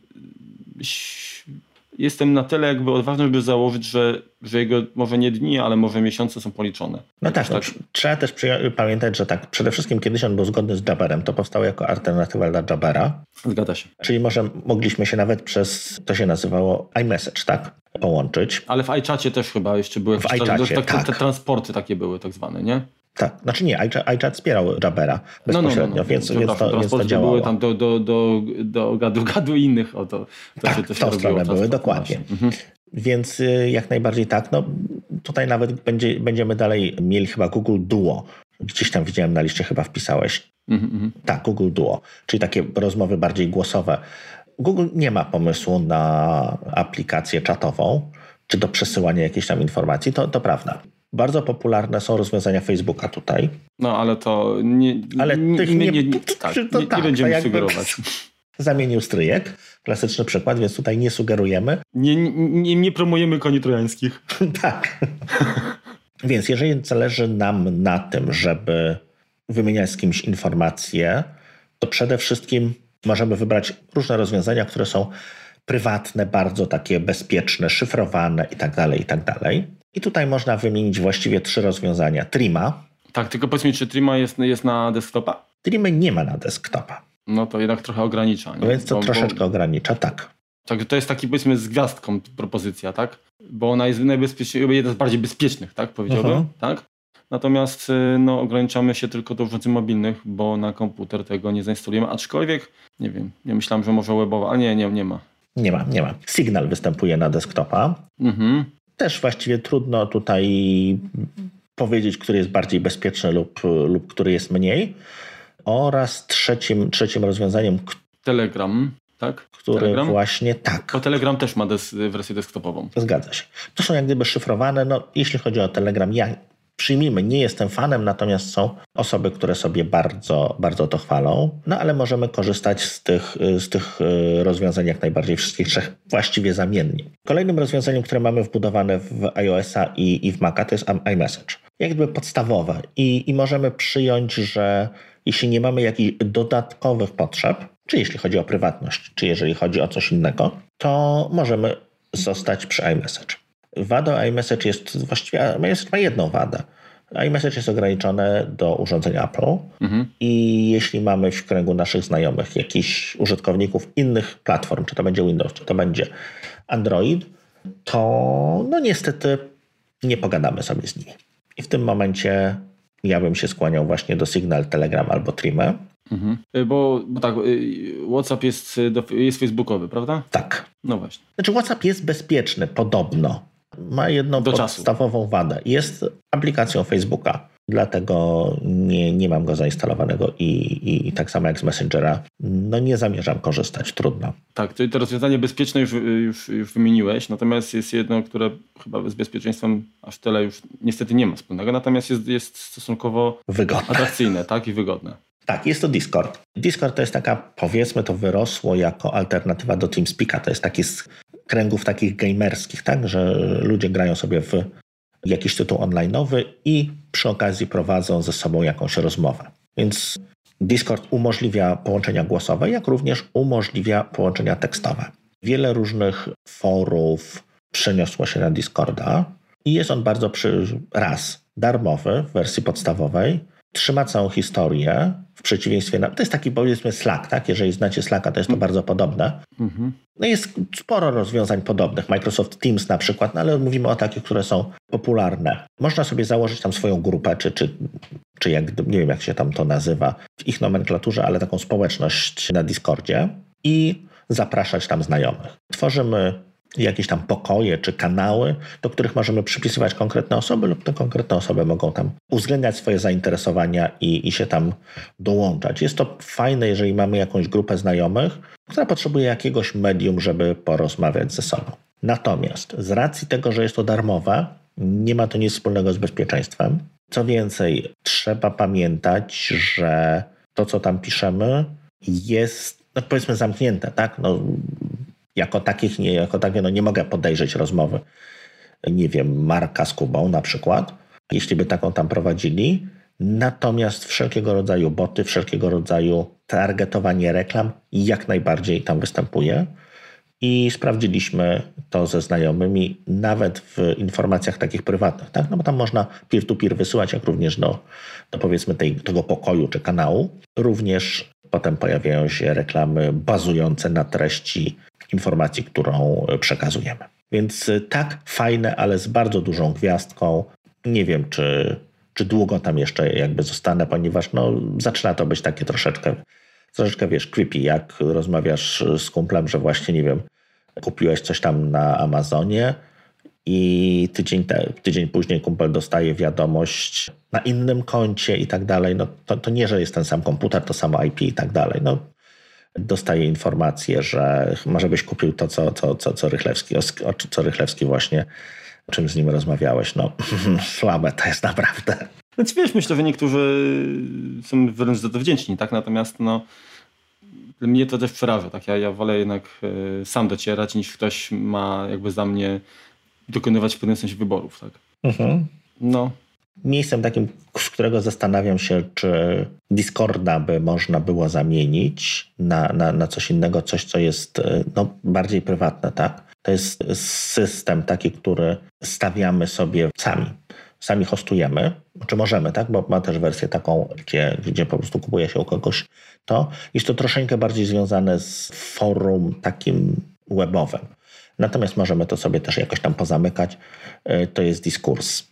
jestem na tyle jakby odważny, żeby założyć, że, że jego może nie dni, ale może miesiące są policzone. No tak, tak? No, trzeba też pamiętać, że tak, przede wszystkim kiedyś on był zgodny z Jabberem, to powstało jako alternatywa dla Jabbera. Zgadza się. Czyli może mogliśmy się nawet przez, to się nazywało iMessage, tak, połączyć. Ale w iChacie też chyba jeszcze były w iChacie, tak, tak. Te transporty takie były tak zwane, nie? Tak, znaczy nie, iChat wspierał Jabbera bezpośrednio, no, no, no, więc, więc, to, więc to działało. Były tam do, do, do, do gadu, gadu innych, o to, to tak, się, to w tą stronę były, dokładnie. Mhm. Więc jak najbardziej tak, no tutaj nawet będzie, będziemy dalej mieli chyba Google Duo, gdzieś tam widziałem na liście, chyba wpisałeś. Mhm, tak, Google Duo, czyli takie rozmowy bardziej głosowe. Google nie ma pomysłu na aplikację czatową, czy do przesyłania jakichś tam informacji, to, to prawda. Bardzo popularne są rozwiązania Facebooka tutaj. No, ale to nie... Ale tych nie, nie, nie, tak, to nie, tak, nie będziemy sugerować. Zamienił stryjek. Klasyczny przykład, więc tutaj nie sugerujemy. Nie, nie, nie promujemy koni trojańskich. Tak. Więc jeżeli zależy nam na tym, żeby wymieniać z kimś informacje, to przede wszystkim możemy wybrać różne rozwiązania, które są prywatne, bardzo takie bezpieczne, szyfrowane i tak dalej, i tak dalej. I tutaj można wymienić właściwie trzy rozwiązania. Trima. Tak, tylko powiedz mi, czy Trima jest, jest na desktopa? Trimy nie ma na desktopa. No to jednak trochę ogranicza. Nie? Więc to bo, troszeczkę bo, ogranicza, tak. Tak, to jest taki, powiedzmy, z gwiazdką propozycja, tak? Bo ona jest najbezpieczniejsza, jedna z bardziej bezpiecznych, tak? Powiedziałbym, uh-huh. tak? Natomiast no, ograniczamy się tylko do urządzeń mobilnych, bo na komputer tego nie zainstalujemy. Aczkolwiek, nie wiem, nie myślałem, że może webowa, a nie, nie, nie ma. Nie ma, nie ma. Signal występuje na desktopa. Mhm. Też właściwie trudno tutaj powiedzieć, który jest bardziej bezpieczny lub, lub który jest mniej. Oraz trzecim, trzecim rozwiązaniem... Telegram, tak? Który Telegram? właśnie tak. Bo Telegram też ma des, wersję desktopową. Zgadza się. To są jak gdyby szyfrowane. No, jeśli chodzi o Telegram, ja przyjmijmy, nie jestem fanem, natomiast są osoby, które sobie bardzo, bardzo to chwalą. No ale możemy korzystać z tych, z tych rozwiązań jak najbardziej wszystkich trzech właściwie zamiennie. Kolejnym rozwiązaniem, które mamy wbudowane w iOS-a i, i w Maca, to jest iMessage. Jak gdyby podstawowe. I, I możemy przyjąć, że jeśli nie mamy jakichś dodatkowych potrzeb, czy jeśli chodzi o prywatność, czy jeżeli chodzi o coś innego, to możemy zostać przy iMessage. Wadą iMessage jest właściwie, iMessage ma jedną wadę. iMessage jest ograniczone do urządzeń Apple mhm. i jeśli mamy w kręgu naszych znajomych jakichś użytkowników innych platform, czy to będzie Windows, czy to będzie Android, to no niestety nie pogadamy sobie z nimi. I w tym momencie ja bym się skłaniał właśnie do Signal, Telegram albo Trimy. Mhm. Bo, bo tak, WhatsApp jest, jest facebookowy, prawda? Tak. No właśnie. Znaczy WhatsApp jest bezpieczny, podobno. Ma jedną do podstawową czasu. wadę. Jest aplikacją Facebooka, dlatego nie, nie mam go zainstalowanego i, i, i tak samo jak z Messengera, no nie zamierzam korzystać, trudno. Tak, to, to rozwiązanie bezpieczne już, już, już wymieniłeś, natomiast jest jedno, które chyba z bezpieczeństwem aż tyle już niestety nie ma wspólnego, natomiast jest, jest stosunkowo wygodne. Atrakcyjne, tak, i wygodne. Tak, jest to Discord. Discord to jest taka, powiedzmy, to wyrosło jako alternatywa do TeamSpeaka. To jest taki z kręgów takich gamerskich, tak, że ludzie grają sobie w jakiś tytuł online'owy i przy okazji prowadzą ze sobą jakąś rozmowę. Więc Discord umożliwia połączenia głosowe, jak również umożliwia połączenia tekstowe. Wiele różnych forów przeniosło się na Discorda i jest on bardzo przy, raz darmowy w wersji podstawowej, trzyma całą historię, w przeciwieństwie na... To jest taki, powiedzmy, Slack, tak? Jeżeli znacie Slacka, to jest to mm. bardzo podobne. Mm-hmm. No jest sporo rozwiązań podobnych. Microsoft Teams na przykład, no ale mówimy o takich, które są popularne. Można sobie założyć tam swoją grupę, czy, czy, czy jak, nie wiem jak się tam to nazywa w ich nomenklaturze, ale taką społeczność na Discordzie i zapraszać tam znajomych. Tworzymy jakieś tam pokoje czy kanały, do których możemy przypisywać konkretne osoby lub te konkretne osoby mogą tam uwzględniać swoje zainteresowania i, i się tam dołączać. Jest to fajne, jeżeli mamy jakąś grupę znajomych, która potrzebuje jakiegoś medium, żeby porozmawiać ze sobą. Natomiast z racji tego, że jest to darmowe, nie ma to nic wspólnego z bezpieczeństwem. Co więcej, trzeba pamiętać, że to, co tam piszemy, jest, no powiedzmy, zamknięte, tak? No, Jako takich nie, jako takie, no nie mogę podejrzeć rozmowy, nie wiem, Marka z Kubą na przykład, jeśli by taką tam prowadzili. Natomiast wszelkiego rodzaju boty, wszelkiego rodzaju targetowanie reklam jak najbardziej tam występuje. I sprawdziliśmy to ze znajomymi, nawet w informacjach takich prywatnych, tak? No bo tam można peer-to-peer wysyłać, jak również do, do powiedzmy tej, tego pokoju czy kanału. Również potem pojawiają się reklamy bazujące na treści informacji, którą przekazujemy. Więc tak, fajne, ale z bardzo dużą gwiazdką. Nie wiem, czy, czy długo tam jeszcze jakby zostanę, ponieważ no, zaczyna to być takie troszeczkę, troszeczkę wiesz, creepy, jak rozmawiasz z kumplem, że właśnie, nie wiem, kupiłeś coś tam na Amazonie i tydzień, te, tydzień później kumpel dostaje wiadomość na innym koncie i tak dalej. No to, to nie, że jest ten sam komputer, to samo I P i tak dalej. No, dostaje informację, że może byś kupił to, co, co, co, co, Rychlewski, co Rychlewski właśnie, o czym z nim rozmawiałeś. No słabe to jest naprawdę. Więc wiesz, myślę, że niektórzy są wręcz za to wdzięczni, tak? Natomiast no, mnie to też przeraża. Tak? Ja, ja wolę jednak y, sam docierać, niż ktoś ma jakby za mnie dokonywać w pewnym sensie wyborów. Tak? Mhm. No. miejscem takim, z którego zastanawiam się, czy Discorda by można było zamienić na, na, na coś innego, coś, co jest no, bardziej prywatne, tak? To jest system taki, który stawiamy sobie sami. Sami hostujemy, czy możemy, tak? Bo ma też wersję taką, gdzie, gdzie po prostu kupuje się u kogoś to. Jest to troszeczkę bardziej związane z forum takim webowym. Natomiast możemy to sobie też jakoś tam pozamykać. To jest dyskurs.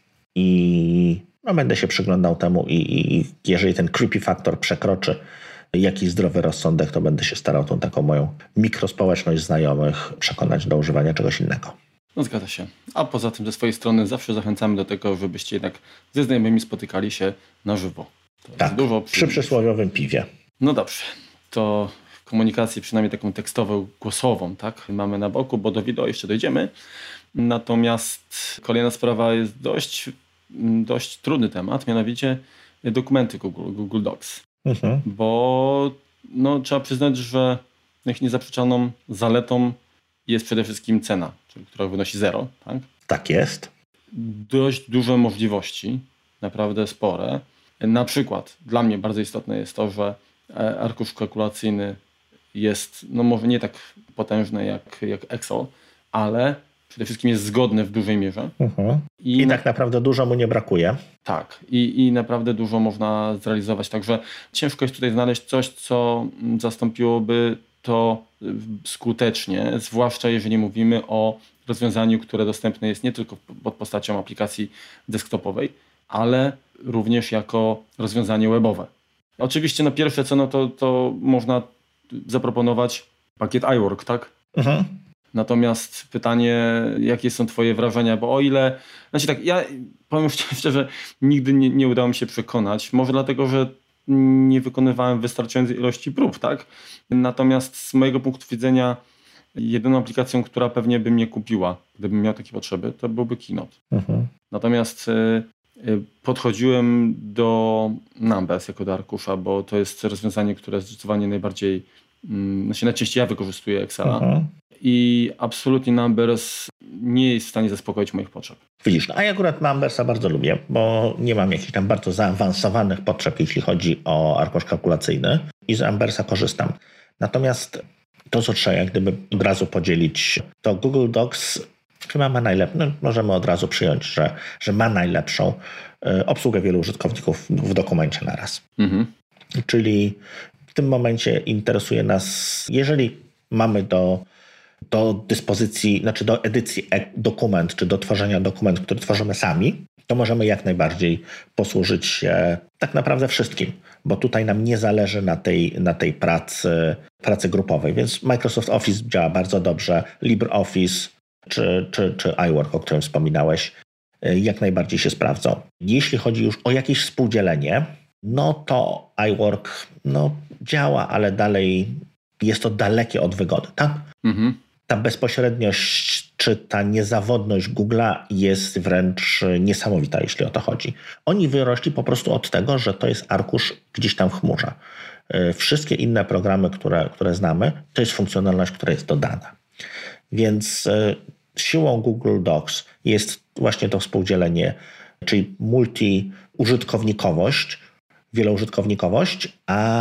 I no, będę się przyglądał temu i, i jeżeli ten creepy factor przekroczy jakiś zdrowy rozsądek, to będę się starał tą taką moją mikrospołeczność znajomych przekonać do używania czegoś innego. No zgadza się. A poza tym ze swojej strony zawsze zachęcamy do tego, żebyście jednak ze znajomymi spotykali się na żywo. To tak, dużo przy przysłowiowym piwie. No dobrze. To komunikację przynajmniej taką tekstową, głosową, tak? Mamy na boku, bo do wideo jeszcze dojdziemy. Natomiast kolejna sprawa jest dość, dość trudny temat, mianowicie dokumenty Google, Google Docs. Mhm. Bo no, trzeba przyznać, że niezaprzeczoną zaletą jest przede wszystkim cena, czyli która wynosi zero. Tak? Tak jest. Dość duże możliwości, naprawdę spore. Na przykład dla mnie bardzo istotne jest to, że arkusz kalkulacyjny jest no może nie tak potężny jak, jak Excel, ale przede wszystkim jest zgodny w dużej mierze. Uh-huh. I, I tak na... naprawdę dużo mu nie brakuje. Tak. I, I naprawdę dużo można zrealizować. Także ciężko jest tutaj znaleźć coś, co zastąpiłoby to skutecznie, zwłaszcza jeżeli mówimy o rozwiązaniu, które dostępne jest nie tylko pod postacią aplikacji desktopowej, ale również jako rozwiązanie webowe. Oczywiście na pierwsze co, no to, to można zaproponować pakiet iWork, tak? Uh-huh. Natomiast pytanie, jakie są twoje wrażenia, bo o ile... Znaczy tak, ja powiem szczerze, nigdy nie, nie udało mi się przekonać. Może dlatego, że nie wykonywałem wystarczającej ilości prób, tak? Natomiast z mojego punktu widzenia jedyną aplikacją, która pewnie by mnie kupiła, gdybym miał takie potrzeby, to byłby Keynote. Mhm. Natomiast y, y, podchodziłem do Numbers jako do arkusza, bo to jest rozwiązanie, które zdecydowanie najbardziej, y, znaczy najczęściej ja wykorzystuję Excela. Mhm. I absolutnie Numbers nie jest w stanie zaspokoić moich potrzeb. Widzisz, no a ja akurat Numbersa bardzo lubię, bo nie mam jakichś tam bardzo zaawansowanych potrzeb, jeśli chodzi o arkusz kalkulacyjny i z Numbersa korzystam. Natomiast to, co trzeba jak gdyby od razu podzielić, to Google Docs chyba ma najlepszą, no możemy od razu przyjąć, że, że ma najlepszą y, obsługę wielu użytkowników w dokumencie naraz. Mhm. Czyli w tym momencie interesuje nas, jeżeli mamy do do dyspozycji, znaczy do edycji dokument, czy do tworzenia dokument, który tworzymy sami, to możemy jak najbardziej posłużyć się tak naprawdę wszystkim, bo tutaj nam nie zależy na tej, na tej pracy, pracy grupowej, więc Microsoft Office działa bardzo dobrze, LibreOffice czy, czy, czy iWork, o którym wspominałeś, jak najbardziej się sprawdzą. Jeśli chodzi już o jakieś współdzielenie, no to iWork no, działa, ale dalej jest to dalekie od wygody, tak? Mhm. Ta bezpośredniość czy ta niezawodność Google'a jest wręcz niesamowita, jeśli o to chodzi. Oni wyrośli po prostu od tego, że to jest arkusz gdzieś tam w chmurze. Wszystkie inne programy, które, które znamy, to jest funkcjonalność, która jest dodana. Więc siłą Google Docs jest właśnie to współdzielenie, czyli multi-użytkownikowość, wieloużytkownikowość,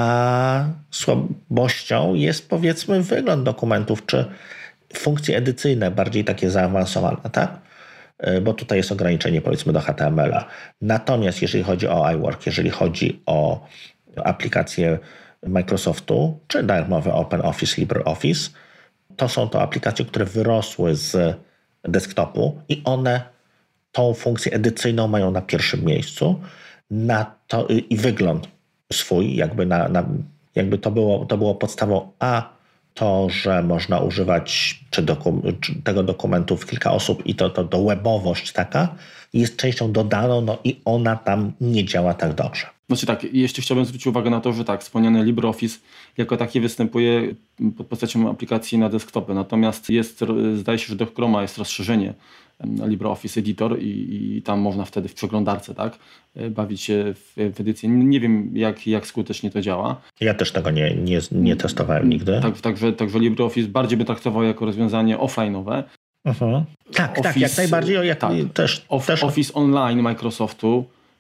a słabością jest powiedzmy wygląd dokumentów, czy funkcje edycyjne bardziej takie zaawansowane, tak? Bo tutaj jest ograniczenie powiedzmy do H T M L a. Natomiast jeżeli chodzi o iWork, jeżeli chodzi o aplikacje Microsoftu, czy darmowe OpenOffice, LibreOffice, to są to aplikacje, które wyrosły z desktopu i one tą funkcję edycyjną mają na pierwszym miejscu na to, i wygląd swój, jakby, na, na, jakby to, było, to było podstawą A, to, że można używać czy doku, czy tego dokumentu w kilka osób i to, to, to webowość taka jest częścią dodaną, no i ona tam nie działa tak dobrze. Znaczy tak, jeszcze chciałbym zwrócić uwagę na to, że tak, wspomniany LibreOffice jako taki występuje pod postacią aplikacji na desktopy, natomiast jest, zdaje się, że do Chroma jest rozszerzenie LibreOffice Editor i, i tam można wtedy w przeglądarce, tak, bawić się w, w edycję. Nie wiem, jak, jak skutecznie to działa. Ja też tego nie, nie, nie testowałem nigdy. Tak, także, także LibreOffice bardziej by traktował jako rozwiązanie offline'owe. Uh-huh. Tak, Office, tak, jak najbardziej. Jak tak, też, of, też. Office Online Microsoftu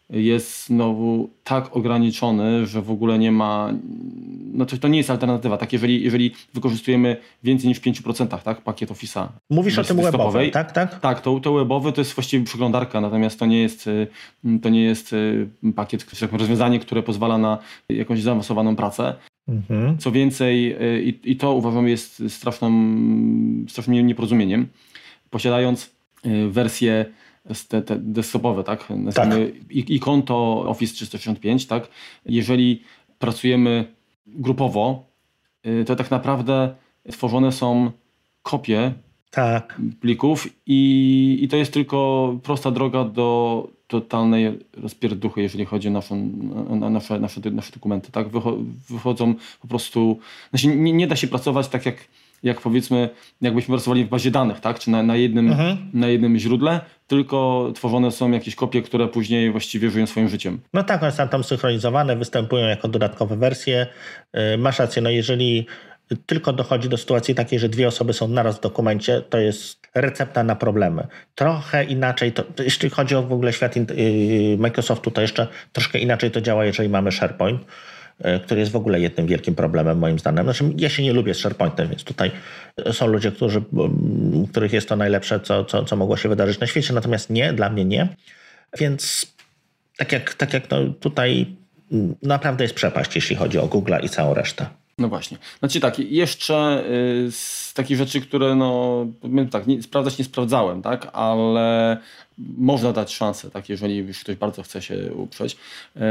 jest znowu tak ograniczony, że w ogóle nie ma, no to, to nie jest alternatywa, tak, jeżeli, jeżeli wykorzystujemy więcej niż w pięciu procentach, tak, pakiet Office'a. Mówisz o tym webowym, tak, tak? Tak, to, to webowy to jest właściwie przeglądarka, natomiast to nie jest, to nie jest pakiet, rozwiązanie, które pozwala na jakąś zaawansowaną pracę. Mhm. Co więcej, i, i to uważam jest straszną, strasznym nieporozumieniem, posiadając wersję te, te desktopowe, tak? tak. I, I konto Office trzysta sześćdziesiąt pięć, tak? Jeżeli pracujemy grupowo, to tak naprawdę tworzone są kopie tak. plików i, i to jest tylko prosta droga do totalnej rozpierduchy, jeżeli chodzi o naszą, na nasze, nasze, nasze dokumenty. Tak? Wychodzą po prostu... Znaczy nie, nie da się pracować tak jak, jak powiedzmy, jakbyśmy pracowali w bazie danych, tak? Czy na, na, jednym, mhm. na jednym źródle, tylko tworzone są jakieś kopie, które później właściwie żyją swoim życiem. No tak, one są tam synchronizowane, występują jako dodatkowe wersje. Masz rację, no jeżeli tylko dochodzi do sytuacji takiej, że dwie osoby są naraz w dokumencie, to jest recepta na problemy. Trochę inaczej, to, jeśli chodzi o w ogóle świat Microsoftu, to jeszcze troszkę inaczej to działa, jeżeli mamy SharePoint, który jest w ogóle jednym wielkim problemem moim zdaniem. Znaczy, ja się nie lubię z SharePointem, więc tutaj są ludzie, którzy, których jest to najlepsze, co, co, co mogło się wydarzyć na świecie, natomiast nie, dla mnie nie. Więc tak jak, tak jak no, tutaj naprawdę jest przepaść, jeśli chodzi o Google'a i całą resztę. No właśnie. Znaczy tak, jeszcze y, z takich rzeczy, które no, tak, nie, sprawdzać nie sprawdzałem, tak, ale można dać szansę, tak, jeżeli już ktoś bardzo chce się uprzeć, y,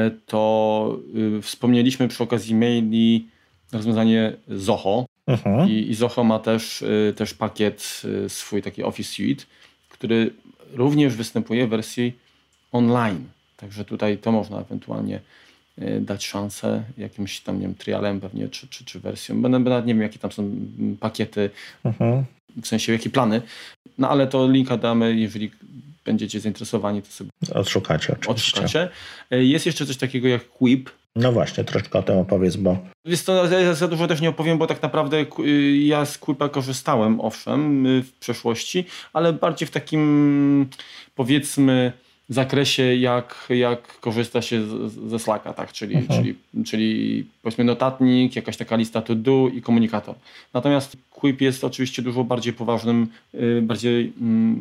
to y, wspomnieliśmy przy okazji maili rozwiązanie Zoho uh-huh. I, i Zoho ma też, y, też pakiet y, swój taki Office Suite, który również występuje w wersji online, także tutaj to można ewentualnie dać szansę jakimś tam, nie wiem, trialem pewnie, czy, czy, czy wersją. Będę, nawet nie wiem, jakie tam są pakiety, uh-huh. w sensie jakie plany, no ale to linka damy, jeżeli będziecie zainteresowani, to sobie odszukacie oczywiście. Odszukacie. Jest jeszcze coś takiego jak Quip. No właśnie, troszkę o tym opowiedz, bo... Wiesz to ja za dużo też nie opowiem, bo tak naprawdę ja z Quipa korzystałem, owszem, w przeszłości, ale bardziej w takim, powiedzmy, zakresie, jak, jak korzysta się z, ze Slacka, tak? Czyli, uh-huh. czyli, czyli powiedzmy notatnik, jakaś taka lista to do i komunikator. Natomiast Quip jest oczywiście dużo bardziej poważnym, bardziej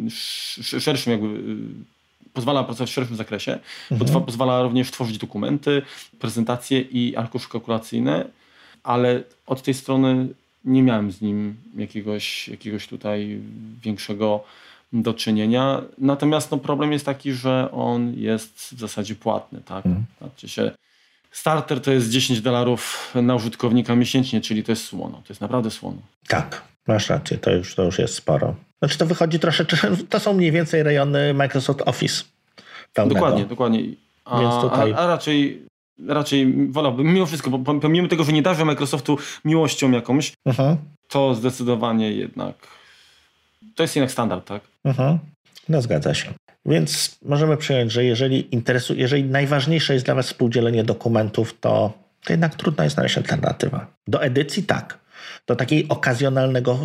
szerszym jakby, pozwala pracować w szerszym zakresie, uh-huh. pozwala również tworzyć dokumenty, prezentacje i arkusze kalkulacyjne, ale od tej strony nie miałem z nim jakiegoś, jakiegoś tutaj większego do czynienia. Natomiast no, problem jest taki, że on jest w zasadzie płatny. Tak? Mm. Znaczy się, starter to jest dziesięć dolarów na użytkownika miesięcznie, czyli to jest słono. To jest naprawdę słono. Tak, masz rację, to już, to już jest sporo. Znaczy to wychodzi troszeczkę, to są mniej więcej rejony Microsoft Office. Pełnego. Dokładnie, dokładnie. A, Więc tutaj... a, a raczej, raczej wolałbym, mimo wszystko, bo pomimo tego, że nie darzę Microsoftu miłością jakąś, uh-huh. to zdecydowanie jednak to jest jednak standard, tak? Mhm. No zgadza się. Więc możemy przyjąć, że jeżeli interesuje, jeżeli najważniejsze jest dla was współdzielenie dokumentów, to, to jednak trudno jest znaleźć alternatywa. Do edycji tak. Do takiej okazjonalnego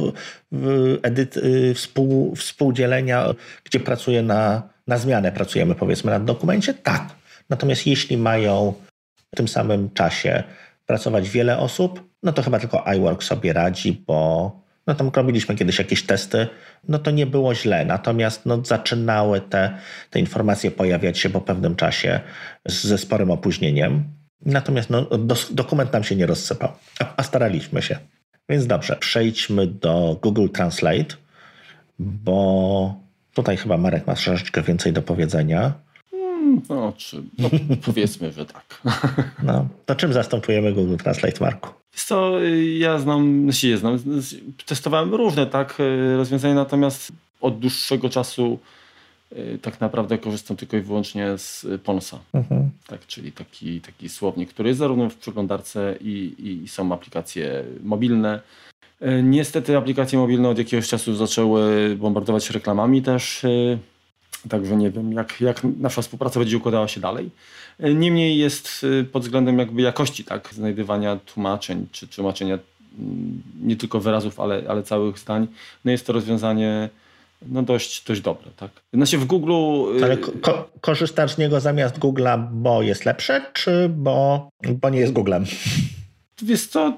edy- współ, współdzielenia, gdzie pracuje na, na zmianę, pracujemy powiedzmy nad dokumencie, tak. Natomiast jeśli mają w tym samym czasie pracować wiele osób, no to chyba tylko iWork sobie radzi, bo no tam robiliśmy kiedyś jakieś testy, no to nie było źle, natomiast no zaczynały te, te informacje pojawiać się po pewnym czasie ze sporym opóźnieniem, natomiast no, dos, dokument nam się nie rozsypał, a, a staraliśmy się. Więc dobrze, przejdźmy do Google Translate, bo tutaj chyba Marek ma troszeczkę więcej do powiedzenia. No, czy, no powiedzmy, że tak. No, to czym zastępujemy Google Translate, Marku? Wiesz co, ja znam, znaczy ja znam, testowałem różne tak rozwiązania, natomiast od dłuższego czasu tak naprawdę korzystam tylko i wyłącznie z Ponsa. Mhm. Tak, czyli taki, taki słownik, który jest zarówno w przeglądarce i, i są aplikacje mobilne. Niestety aplikacje mobilne od jakiegoś czasu zaczęły bombardować reklamami też, także nie wiem, jak, jak nasza współpraca będzie układała się dalej. Niemniej jest pod względem jakby jakości tak, znajdywania tłumaczeń, czy tłumaczenia nie tylko wyrazów, ale, ale całych zdań. No jest to rozwiązanie no dość, dość dobre. Tak? Znaczy w Google... Ale ko- korzystasz z niego zamiast Google'a, bo jest lepsze, czy bo, bo nie jest Googlem? Wiesz co,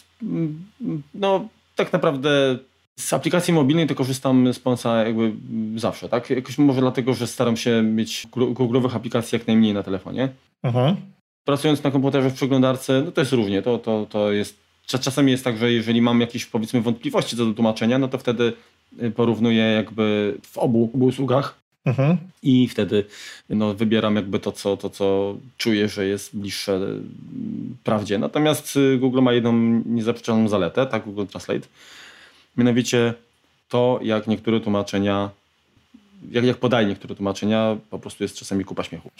no tak naprawdę z aplikacji mobilnej to korzystam z Ponsa jakby zawsze, tak? Jakoś może dlatego, że staram się mieć Google'owych aplikacji jak najmniej na telefonie. Mhm. Pracując na komputerze w przeglądarce, no to jest różnie, to, to, to jest... Czasami jest tak, że jeżeli mam jakieś powiedzmy wątpliwości co do tłumaczenia, no to wtedy porównuję jakby w obu, obu usługach mhm. i wtedy no, wybieram jakby to co, to, co czuję, że jest bliższe prawdzie. Natomiast Google ma jedną niezaprzeczoną zaletę, tak, Google Translate. Mianowicie to, jak niektóre tłumaczenia, jak, jak podaje niektóre tłumaczenia, po prostu jest czasami kupa śmiechu.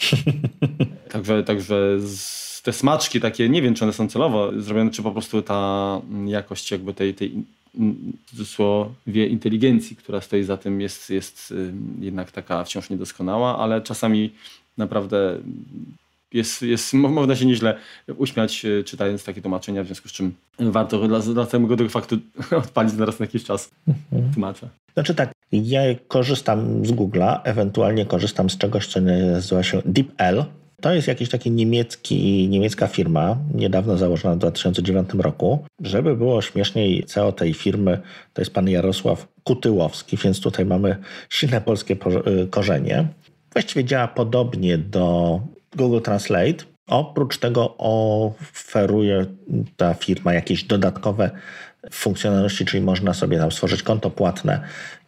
Także, także z, te smaczki takie, nie wiem, czy one są celowo zrobione, czy po prostu ta jakość jakby tej, tej w cudzysłowie inteligencji, która stoi za tym, jest, jest jednak taka wciąż niedoskonała, ale czasami naprawdę jest, jest, można się nieźle uśmiać, czytając takie tłumaczenia, w związku z czym warto dla, dla samego faktu odpalić zaraz na jakiś czas tłumaczę. Znaczy tak, ja korzystam z Google'a, ewentualnie korzystam z czegoś, co nazywa się DeepL. To jest jakiś taki niemiecki, niemiecka firma, niedawno założona w dwa tysiące dziewiątym roku. Żeby było śmieszniej, C E O tej firmy to jest pan Jarosław Kutyłowski, więc tutaj mamy silne polskie korzenie. Właściwie działa podobnie do Google Translate. Oprócz tego oferuje ta firma jakieś dodatkowe funkcjonalności, czyli można sobie tam stworzyć konto płatne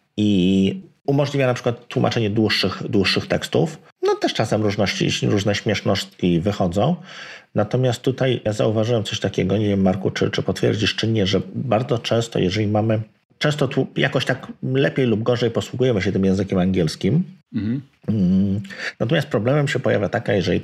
i umożliwia na przykład tłumaczenie dłuższych, dłuższych tekstów. No też czasem różności, różne śmieszności wychodzą. Natomiast tutaj ja zauważyłem coś takiego, nie wiem Marku, czy, czy potwierdzisz, czy nie, że bardzo często, jeżeli mamy, często tu jakoś tak lepiej lub gorzej posługujemy się tym językiem angielskim. Mhm. Natomiast problemem się pojawia taka, jeżeli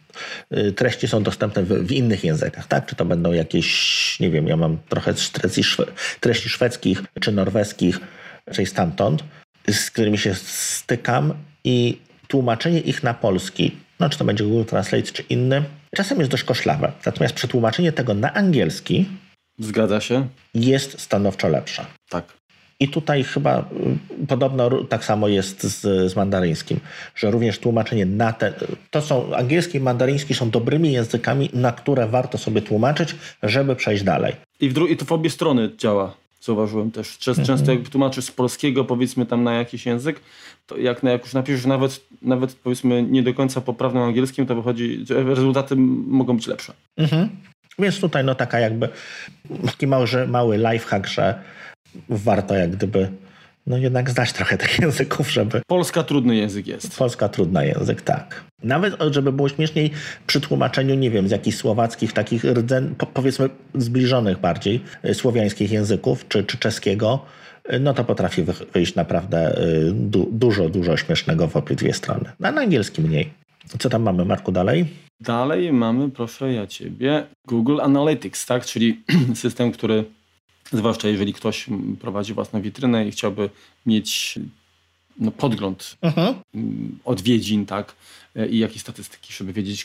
treści są dostępne w, w innych językach, tak? Czy to będą jakieś, nie wiem, ja mam trochę treści, szwe, treści szwedzkich czy norweskich, czyli stamtąd, z którymi się stykam i tłumaczenie ich na polski, no czy to będzie Google Translate czy inny, czasem jest dość koszlawe. Natomiast przetłumaczenie tego na angielski Zgadza się. Jest stanowczo lepsze. Tak. I tutaj chyba podobno tak samo jest z, z mandaryńskim, że również tłumaczenie na te, to są angielski i mandaryński są dobrymi językami, na które warto sobie tłumaczyć, żeby przejść dalej. I w, dru- i to w obie strony działa. Zauważyłem też. Często, mhm. często jak tłumaczysz z polskiego powiedzmy tam na jakiś język, to jak, na, jak już napiszesz nawet, nawet powiedzmy nie do końca poprawnym angielskim, to wychodzi, że rezultaty mogą być lepsze. Mhm. Więc tutaj no taka jakby taki mały, mały lifehack, że warto jak gdyby no jednak znać trochę tych języków, żeby... Polska trudny język jest. Polska trudny język, tak. Nawet żeby było śmieszniej przy tłumaczeniu, nie wiem, z jakichś słowackich, takich rdzen, powiedzmy zbliżonych bardziej słowiańskich języków, czy, czy czeskiego, no to potrafi wyjść naprawdę du, dużo, dużo śmiesznego w obydwie strony. A na angielski mniej. Co tam mamy, Marku, dalej? Dalej mamy, proszę ja ciebie, Google Analytics, tak? Czyli system, który zwłaszcza jeżeli ktoś prowadzi własną witrynę i chciałby mieć no, podgląd uh-huh. odwiedzin, tak, i jakieś statystyki, żeby wiedzieć,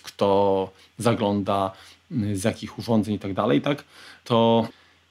kto zagląda, z jakich urządzeń i tak dalej, tak, to,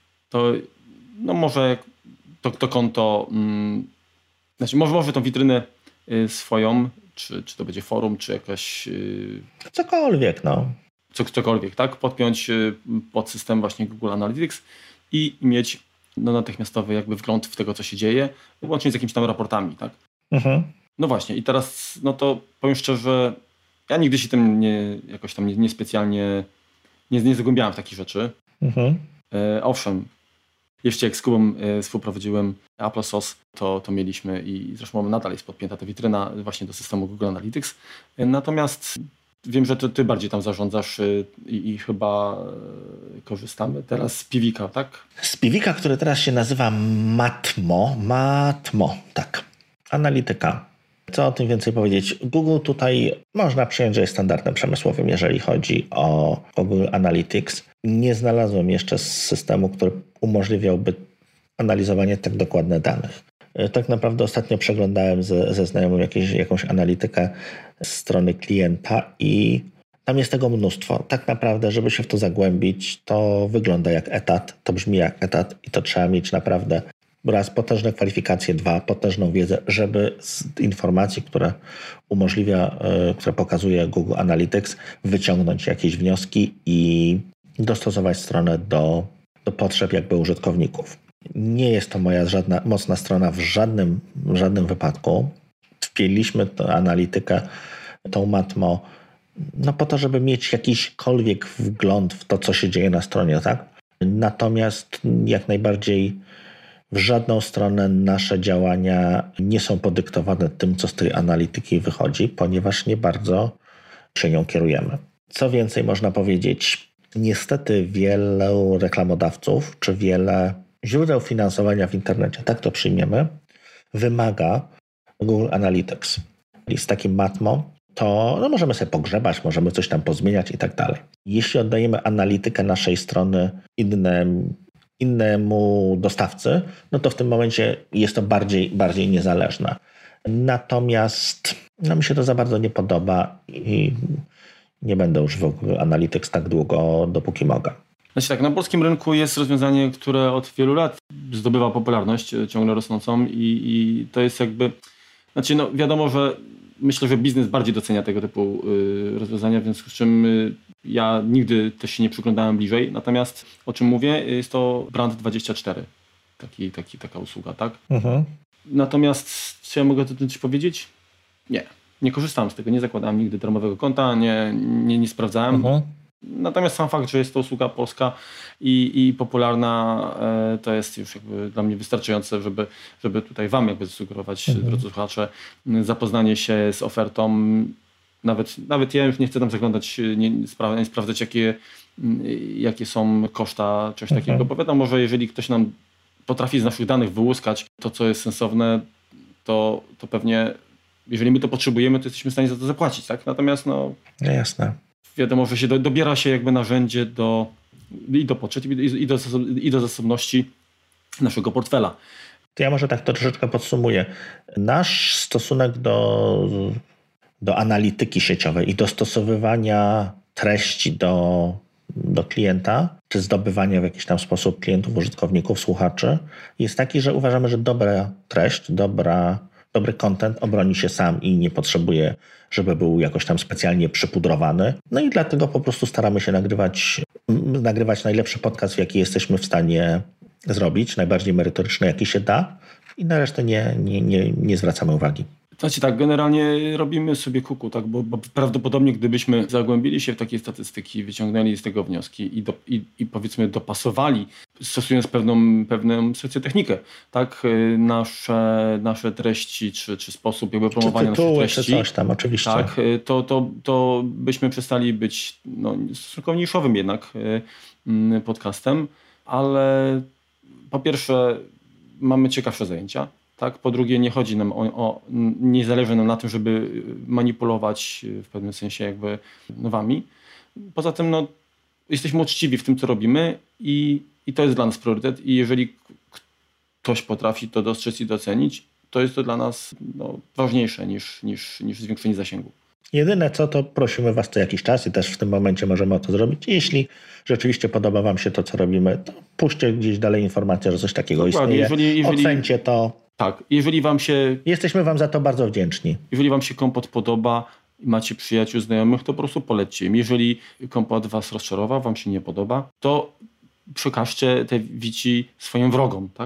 to no może to, to konto, um, znaczy może, może tą witrynę swoją, czy, czy to będzie forum, czy jakaś... Cokolwiek, no. Co, cokolwiek, tak, podpiąć pod system właśnie Google Analytics i mieć no, natychmiastowy jakby wgląd w tego, co się dzieje, łącznie z jakimiś tam raportami, tak? Mhm. No właśnie i teraz, no to powiem szczerze, ja nigdy się tym nie, jakoś tam nie, nie specjalnie nie, nie zagłębiałem w takie rzeczy. Mhm. E, owszem, jeszcze jak z Kubą e, współprowadziłem Applesauce, to, to mieliśmy i zresztą nadal jest podpięta ta witryna właśnie do systemu Google Analytics. E, natomiast wiem, że ty, ty bardziej tam zarządzasz y, i chyba y, korzystamy teraz z Pivika, tak? Z Pivika, który teraz się nazywa Matmo. Matmo, tak. Analityka. Co o tym więcej powiedzieć? Google tutaj można przyjąć, że jest standardem przemysłowym, jeżeli chodzi o Google Analytics. Nie znalazłem jeszcze systemu, który umożliwiałby analizowanie tak dokładne danych. Tak naprawdę ostatnio przeglądałem ze, ze znajomym jakieś, jakąś analitykę z strony klienta i tam jest tego mnóstwo. Tak naprawdę, żeby się w to zagłębić, to wygląda jak etat, to brzmi jak etat i to trzeba mieć naprawdę raz potężne kwalifikacje, dwa potężną wiedzę, żeby z informacji, które umożliwia, które pokazuje Google Analytics, wyciągnąć jakieś wnioski i dostosować stronę do, do potrzeb jakby użytkowników. Nie jest to moja żadna mocna strona w żadnym, w żadnym wypadku. Wpięliśmy tę analitykę, tą Matmo, no po to, żeby mieć jakiśkolwiek wgląd w to, co się dzieje na stronie, tak? Natomiast jak najbardziej w żadną stronę nasze działania nie są podyktowane tym, co z tej analityki wychodzi, ponieważ nie bardzo się nią kierujemy. Co więcej można powiedzieć, niestety wielu reklamodawców, czy wiele źródeł finansowania w internecie, tak to przyjmiemy, wymaga Google Analytics. I z takim Matmo to no możemy sobie pogrzebać, możemy coś tam pozmieniać i tak dalej. Jeśli oddajemy analitykę naszej strony innym, innemu dostawcy, no to w tym momencie jest to bardziej, bardziej niezależne. Natomiast no mi się to za bardzo nie podoba i nie będę używał Google Analytics tak długo, dopóki mogę. Znaczy tak, na polskim rynku jest rozwiązanie, które od wielu lat zdobywa popularność ciągle rosnącą i, i to jest jakby, znaczy no wiadomo, że myślę, że biznes bardziej docenia tego typu y, rozwiązania, w związku z czym y, ja nigdy też się nie przyglądałem bliżej. Natomiast o czym mówię, jest to Brand dwadzieścia cztery. Taki, taki, taka usługa, tak? Mhm. Natomiast czy ja mogę o tym coś powiedzieć? Nie. Nie korzystałem z tego, nie zakładałem nigdy darmowego konta, nie, nie, nie sprawdzałem. Mhm. Natomiast sam fakt, że jest to usługa polska i, i popularna, e, to jest już jakby dla mnie wystarczające, żeby, żeby tutaj wam jakby zasugerować, mhm. drodzy słuchacze, zapoznanie się z ofertą. Nawet, nawet ja już nie chcę tam zaglądać, nie, nie sprawdzać, jakie, jakie są koszta czegoś mhm. takiego, bo wiadomo, że jeżeli ktoś nam potrafi z naszych danych wyłuskać to, co jest sensowne, to, to pewnie, jeżeli my to potrzebujemy, to jesteśmy w stanie za to zapłacić, tak? Natomiast no... Jasne. Wiadomo, że się do, dobiera się jakby narzędzie do, i do potrzeb, i do, i do zasobności naszego portfela. To ja może tak to troszeczkę podsumuję. Nasz stosunek do, do analityki sieciowej i dostosowywania treści do, do klienta, czy zdobywania w jakiś tam sposób klientów, użytkowników, słuchaczy, jest taki, że uważamy, że dobra treść, dobra, dobry content obroni się sam i nie potrzebuje, żeby był jakoś tam specjalnie przypudrowany. No i dlatego po prostu staramy się nagrywać, nagrywać najlepszy podcast, jaki jesteśmy w stanie zrobić, najbardziej merytoryczny, jaki się da i na resztę nie, nie, nie, nie zwracamy uwagi. Znaczy tak, generalnie robimy sobie kuku, tak, bo, bo prawdopodobnie gdybyśmy zagłębili się w takie statystyki, wyciągnęli z tego wnioski i, do, i, i powiedzmy dopasowali, stosując pewną, pewną socjotechnikę, tak, nasze, nasze treści, czy, czy sposób jakby promowania czy tytuły, naszych treści, czy coś tam, oczywiście. Tak, to, to, to byśmy przestali być no, stosunkowo niszowym jednak podcastem, ale po pierwsze mamy ciekawsze zajęcia. Tak? Po drugie, nie chodzi nam o, o, nie zależy nam na tym, żeby manipulować w pewnym sensie jakby wami. Poza tym no, jesteśmy uczciwi w tym, co robimy i, i to jest dla nas priorytet i jeżeli ktoś potrafi to dostrzec i docenić, to jest to dla nas no, ważniejsze niż, niż, niż zwiększenie zasięgu. Jedyne co, to prosimy was co jakiś czas i też w tym momencie możemy o to zrobić. Jeśli rzeczywiście podoba wam się to, co robimy, to puśćcie gdzieś dalej informację, że coś takiego Dokładnie. istnieje. Jeżeli, jeżeli... Ocencie to. Tak, jeżeli wam się... Jesteśmy wam za to bardzo wdzięczni. Jeżeli wam się kompot podoba i macie przyjaciół, znajomych, to po prostu polećcie im. Jeżeli kompot was rozczarował, wam się nie podoba, to przekażcie te wici swoim wrogom, tak?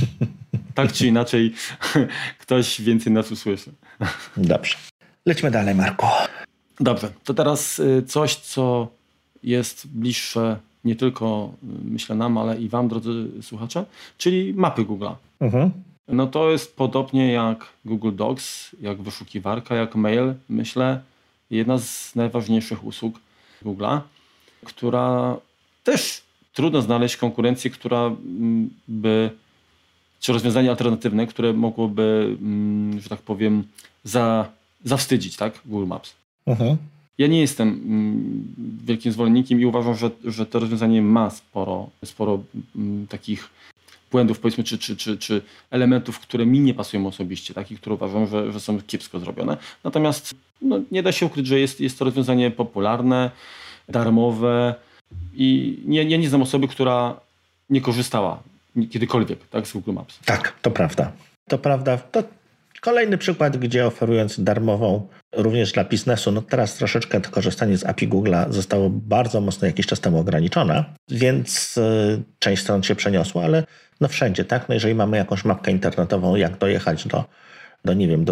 Tak czy inaczej ktoś więcej nas usłyszy. Dobrze. Lećmy dalej, Marku. Dobrze, to teraz coś, co jest bliższe nie tylko, myślę, nam, ale i wam, drodzy słuchacze, czyli mapy Google'a. Mhm. No to jest podobnie jak Google Docs, jak wyszukiwarka, jak mail, myślę, jedna z najważniejszych usług Google'a, która też trudno znaleźć konkurencję, która by, czy rozwiązanie alternatywne, które mogłoby, że tak powiem, za, zawstydzić, tak, Google Maps. Mhm. Ja nie jestem mm, wielkim zwolennikiem i uważam, że, że to rozwiązanie ma sporo, sporo mm, takich błędów, powiedzmy, czy, czy, czy, czy elementów, które mi nie pasują osobiście, takich, które uważam, że, że są kiepsko zrobione. Natomiast no, nie da się ukryć, że jest, jest to rozwiązanie popularne, darmowe i nie, ja nie znam osoby, która nie korzystała kiedykolwiek, tak, z Google Maps. Tak, to prawda. To prawda. To kolejny przykład, gdzie oferując darmową również dla biznesu, no teraz troszeczkę to korzystanie z A P I Google'a zostało bardzo mocno jakiś czas temu ograniczone, więc y, część stron się przeniosła, ale no wszędzie, tak? No jeżeli mamy jakąś mapkę internetową, jak dojechać do, do nie wiem, do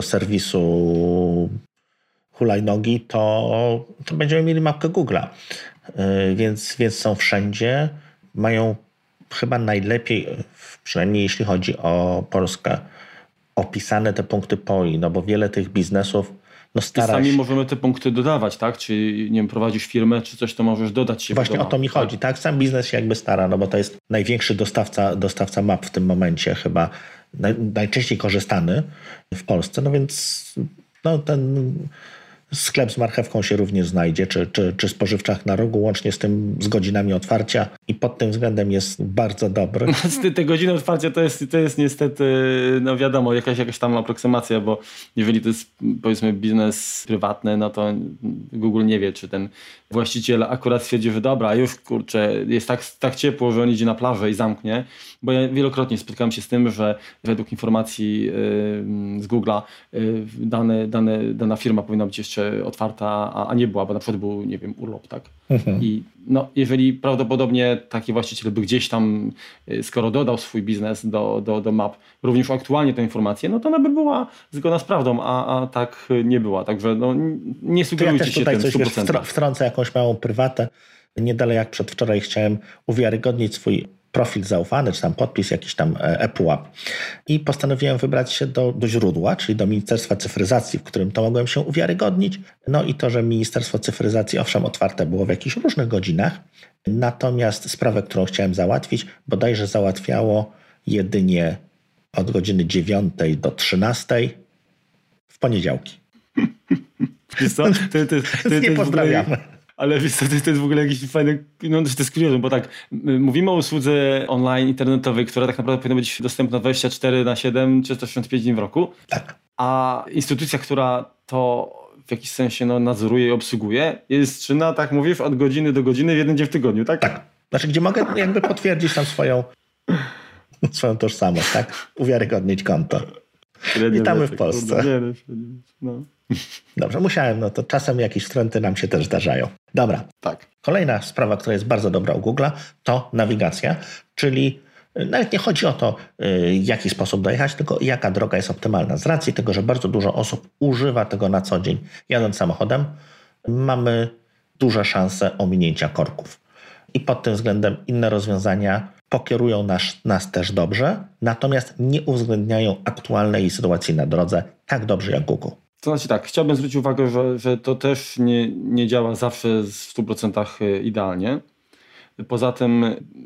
serwisu hulajnogi, to, to będziemy mieli mapkę Google'a. Y, więc, więc są wszędzie, mają chyba najlepiej, przynajmniej jeśli chodzi o Polskę, opisane te punkty P O I, no bo wiele tych biznesów no stara I sami się... możemy te punkty dodawać, tak? Czy nie wiem, prowadzisz firmę, czy coś, to możesz dodać się. Właśnie wiadomo, o to mi chodzi, tak? Sam biznes się jakby stara, no bo to jest największy dostawca, dostawca map w tym momencie chyba, naj, najczęściej korzystany w Polsce, no więc no ten sklep z marchewką się również znajdzie, czy, czy, czy spożywczak na rogu, łącznie z tym z godzinami otwarcia i pod tym względem jest bardzo dobry. Te, te godziny otwarcia to jest, to jest niestety, no wiadomo, jakaś, jakaś tam aproksymacja, bo jeżeli to jest powiedzmy biznes prywatny, no to Google nie wie, czy ten właściciel akurat stwierdzi, że dobra, już kurczę, jest tak, tak ciepło, że on idzie na plażę i zamknie, bo ja wielokrotnie spotkałem się z tym, że według informacji yy, z Google'a yy, dane, dane, dana firma powinna być jeszcze otwarta, a, a nie była, bo na przykład był, nie wiem, urlop, tak? Mhm. I no, jeżeli prawdopodobnie taki właściciel by gdzieś tam, skoro dodał swój biznes do, do, do map, również aktualnie tę informację, no to ona by była zgodna z prawdą, a, a tak nie była. Także no, nie sugerujcie ja się tym coś, sto procent. Wiesz, wtrącę jakąś małą prywatę. Nie dalej jak przedwczoraj chciałem uwiarygodnić swój profil zaufany, czy tam podpis, jakiś tam ePUAP. I postanowiłem wybrać się do, do źródła, czyli do Ministerstwa Cyfryzacji, w którym to mogłem się uwiarygodnić. No i to, że Ministerstwo Cyfryzacji owszem otwarte było w jakichś różnych godzinach, natomiast sprawę, którą chciałem załatwić, bodajże załatwiało jedynie od godziny dziewiątej do trzynastej w poniedziałki. Wiesz co? To, to, to, to, to nie pozdrawiamy. Ale wiesz co, to jest w ogóle jakiś fajny, no to jest kuriozum, bo tak, mówimy o usłudze online internetowej, która tak naprawdę powinna być dostępna dwadzieścia cztery na siedem, trzysta sześćdziesiąt pięć dni w roku, tak. A instytucja, która to w jakiś sensie no, nadzoruje i obsługuje, jest czynna, tak mówisz, od godziny do godziny w jeden dzień w tygodniu, tak? Tak. Znaczy, gdzie mogę jakby potwierdzić tam swoją, swoją tożsamość, tak? Uwiarygodnić konto. Średnio witamy wiecie, w Polsce. Kurde, nie, no. Dobrze, musiałem, no to czasem jakieś wtręty nam się też zdarzają. Dobra. Tak. Kolejna sprawa, która jest bardzo dobra u Google'a, to nawigacja, czyli nawet nie chodzi o to, w jaki sposób dojechać, tylko jaka droga jest optymalna. Z racji tego, że bardzo dużo osób używa tego na co dzień, jadąc samochodem, mamy duże szanse ominięcia korków. I pod tym względem inne rozwiązania pokierują nas, nas też dobrze, natomiast nie uwzględniają aktualnej sytuacji na drodze tak dobrze jak Google. To znaczy tak, chciałbym zwrócić uwagę, że, że to też nie, nie działa zawsze w stu procentach idealnie. Poza tym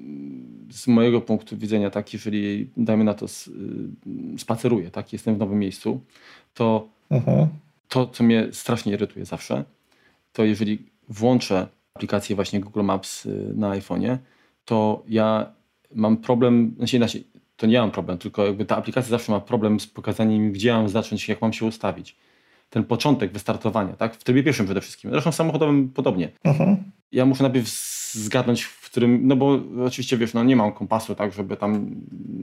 z mojego punktu widzenia, tak, jeżeli dajmy na to spaceruję, tak, jestem w nowym miejscu, to uh-huh. to, co mnie strasznie irytuje zawsze, to jeżeli włączę aplikację właśnie Google Maps na iPhone'ie, to ja mam problem, znaczy inaczej, to nie ja mam problem, tylko jakby ta aplikacja zawsze ma problem z pokazaniem mi, gdzie mam zacząć, jak mam się ustawić. Ten początek wystartowania, tak? W trybie pierwszym przede wszystkim. Zresztą w samochodowym podobnie. Uh-huh. Ja muszę najpierw zgadnąć, w którym, no bo oczywiście wiesz, no nie mam kompasu, tak, żeby tam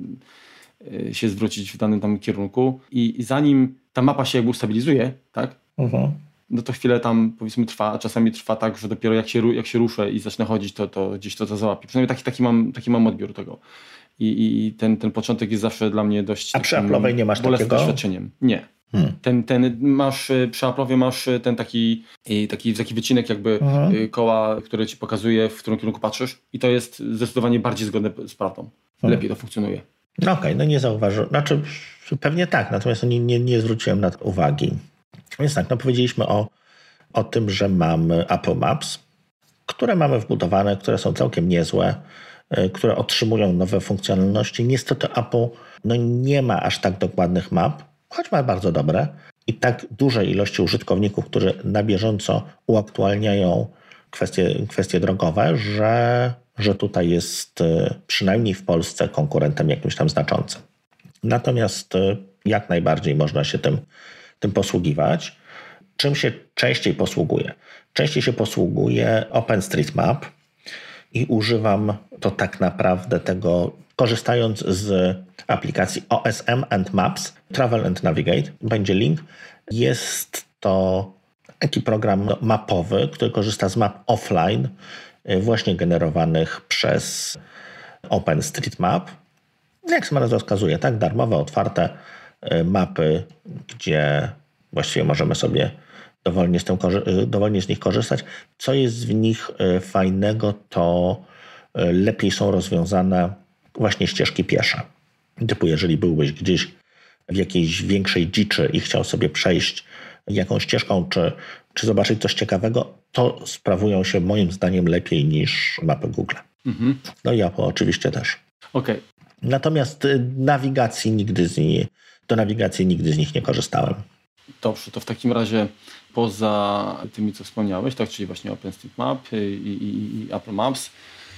się zwrócić w danym tam kierunku i zanim ta mapa się jakby ustabilizuje, tak? Uh-huh. No to chwilę tam powiedzmy trwa, a czasami trwa tak, że dopiero jak się, jak się ruszę i zacznę chodzić, to, to gdzieś to, to załapie. Przynajmniej taki, taki, mam, taki mam odbiór tego. I, i ten, ten początek jest zawsze dla mnie dość... A przy Apple'owej nie masz takiego? Doświadczeniem. Nie. Hmm. Ten, ten masz, przy Apple'owie masz ten taki, taki, taki wycinek jakby uh-huh. koła, który ci pokazuje, w którym kierunku patrzysz i to jest zdecydowanie bardziej zgodne z prawdą. Hmm. Lepiej to funkcjonuje. No okej, okay, no nie zauważyłem. Znaczy pewnie tak, natomiast nie, nie, nie zwróciłem na to uwagi. Więc tak, no powiedzieliśmy o, o tym, że mamy Apple Maps, które mamy wbudowane, które są całkiem niezłe, które otrzymują nowe funkcjonalności. Niestety Apple no, nie ma aż tak dokładnych map, choć ma bardzo dobre i tak dużej ilości użytkowników, którzy na bieżąco uaktualniają kwestie, kwestie drogowe, że, że tutaj jest przynajmniej w Polsce konkurentem jakimś tam znaczącym. Natomiast jak najbardziej można się tym, tym posługiwać. Czym się częściej posługuje? Częściej się posługuje OpenStreetMap i używam to tak naprawdę tego korzystając z aplikacji O S M and Maps, Travel and Navigate, będzie link. Jest to taki program mapowy, który korzysta z map offline, właśnie generowanych przez OpenStreetMap. Jak sama nazwa wskazuje, tak? Darmowe, otwarte mapy, gdzie właściwie możemy sobie dowolnie z, tym, dowolnie z nich korzystać. Co jest w nich fajnego, to lepiej są rozwiązane właśnie ścieżki piesze. Typu jeżeli byłbyś gdzieś w jakiejś większej dziczy i chciał sobie przejść jakąś ścieżką, czy, czy zobaczyć coś ciekawego, to sprawują się moim zdaniem lepiej niż mapy Google. Mhm. No i Apple oczywiście też. Okay. Natomiast nawigacji nigdy z nich, do nawigacji nigdy z nich nie korzystałem. Dobrze, to w takim razie poza tymi, co wspomniałeś, tak, czyli właśnie OpenStreetMap i, i, i Apple Maps,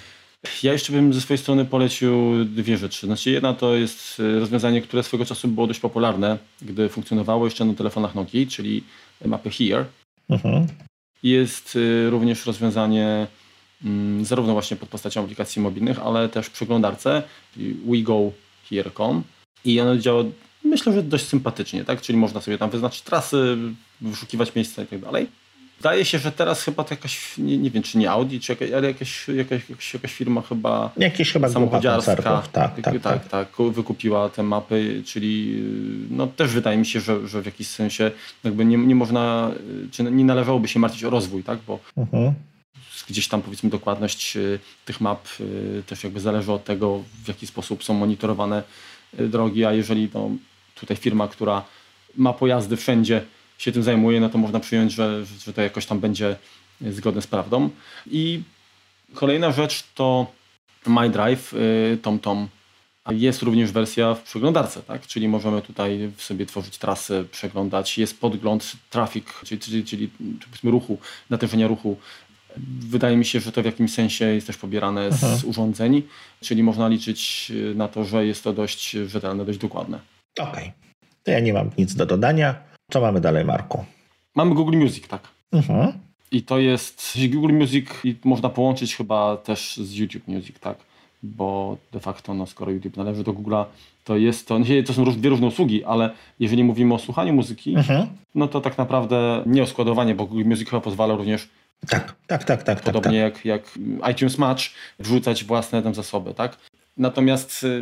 ja jeszcze bym ze swojej strony polecił dwie rzeczy. Znaczy jedna to jest rozwiązanie, które swego czasu było dość popularne, gdy funkcjonowało jeszcze na telefonach Nokii, czyli mapy Here. Mhm. Jest również rozwiązanie zarówno właśnie pod postacią aplikacji mobilnych, ale też w przeglądarce we go here kropka com i ono działa, myślę, że dość sympatycznie, tak? Czyli można sobie tam wyznaczyć trasy, wyszukiwać miejsca i tak dalej. Wydaje się, że teraz chyba to jakaś, nie, nie wiem czy nie Audi, czy jakaś, ale jakaś, jakaś, jakaś, jakaś firma chyba Jakiś chyba samochodziarska tak, tak, tak, tak, tak, wykupiła te mapy, czyli no też wydaje mi się, że, że w jakiś sensie jakby nie, nie można, czy nie należałoby się martwić o rozwój, tak? Bo mhm. gdzieś tam powiedzmy dokładność tych map też jakby zależy od tego, w jaki sposób są monitorowane drogi, a jeżeli no, tutaj firma, która ma pojazdy wszędzie się tym zajmuje, no to można przyjąć, że, że to jakoś tam będzie zgodne z prawdą. I kolejna rzecz to MyDrive, TomTom. Jest również wersja w przeglądarce, tak? Czyli możemy tutaj sobie tworzyć trasy, przeglądać. Jest podgląd traffic, czyli, czyli, czyli powiedzmy ruchu, natężenia ruchu. Wydaje mi się, że to w jakimś sensie jest też pobierane z Aha. urządzeń, czyli można liczyć na to, że jest to dość rzetelne, dość dokładne. Okej, okay. To ja nie mam nic do dodania. Co mamy dalej, Marku? Mamy Google Music, tak. Mhm. I to jest Google Music i można połączyć chyba też z YouTube Music, tak. Bo de facto, no, skoro YouTube należy do Google'a, to jest to, to są dwie różne usługi, ale jeżeli mówimy o słuchaniu muzyki, mhm. no to tak naprawdę nie o składowanie, bo Google Music chyba pozwala również Tak, tak, tak, tak. Podobnie tak, tak. Jak, jak iTunes Match, wrzucać własne tam zasoby, tak? Natomiast y,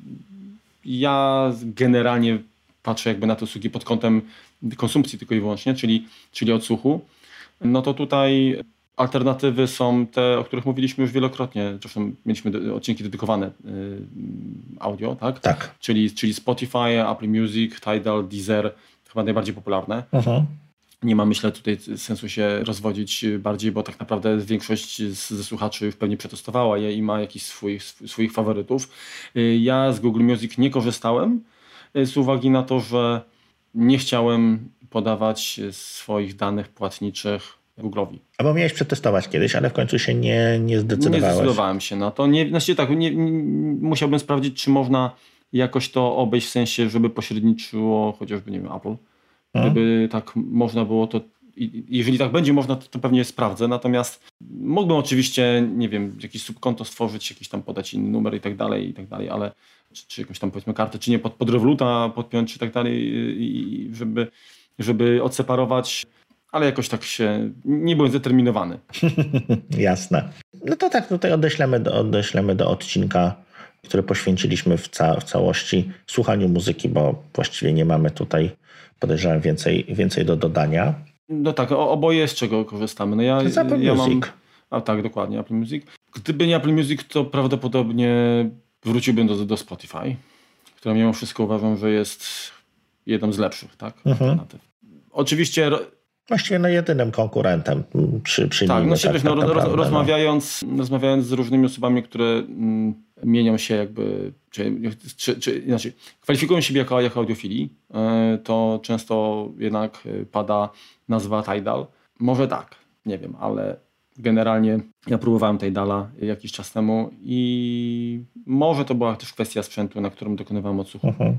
ja generalnie patrzę jakby na te usługi pod kątem konsumpcji tylko i wyłącznie, czyli, czyli odsłuchu. No to tutaj alternatywy są te, o których mówiliśmy już wielokrotnie. Zresztą mieliśmy odcinki dedykowane y, audio, tak? Tak. Czyli, czyli Spotify, Apple Music, Tidal, Deezer, chyba najbardziej popularne. Uh-huh. Nie ma, myślę, tutaj sensu się rozwodzić bardziej, bo tak naprawdę większość ze słuchaczy już pewnie przetestowała je i ma jakiś swój, swoich faworytów. Ja z Google Music nie korzystałem z uwagi na to, że nie chciałem podawać swoich danych płatniczych Google'owi. Albo miałeś przetestować kiedyś, ale w końcu się nie, nie zdecydowałeś. Nie zdecydowałem się na to. Nie, znaczy tak, nie, nie, musiałbym sprawdzić, czy można jakoś to obejść, w sensie, żeby pośredniczyło chociażby, nie wiem, Apple. Gdyby tak można było, to jeżeli tak będzie można, to, to pewnie sprawdzę. Natomiast mógłbym oczywiście, nie wiem, jakieś subkonto stworzyć, jakiś tam podać inny numer i tak dalej, i tak dalej, ale czy, czy jakąś tam powiedzmy kartę, czy nie pod, pod Revoluta podpiąć, czy tak dalej, i, żeby, żeby odseparować, ale jakoś tak się, nie byłem zdeterminowany. Jasne. No to tak, tutaj odeślemy do, odeślemy do odcinka, który poświęciliśmy w, ca- w całości słuchaniu muzyki, bo właściwie nie mamy tutaj, podejrzewam, więcej, więcej do dodania. No tak, oboje z czego korzystamy? No ja, z Apple ja Music. Mam, a tak, dokładnie, Apple Music. Gdyby nie Apple Music, to prawdopodobnie wróciłbym do, do Spotify, które mimo wszystko uważam, że jest jedną z lepszych, tak? Mhm. Oczywiście... Właściwie no jedynym konkurentem przy, przy tak, nim. no, Tak, tak, tak no, naprawdę, roz, rozmawiając, no. rozmawiając z różnymi osobami, które mm, mienią się jakby, czy, czy, czy inaczej, kwalifikują siebie jako, jako audiofili, yy, to często jednak pada nazwa Tidal. Może tak, nie wiem, ale generalnie ja próbowałem Tidala jakiś czas temu i może to była też kwestia sprzętu, na którym dokonywałem odsłuchu. Uh-huh.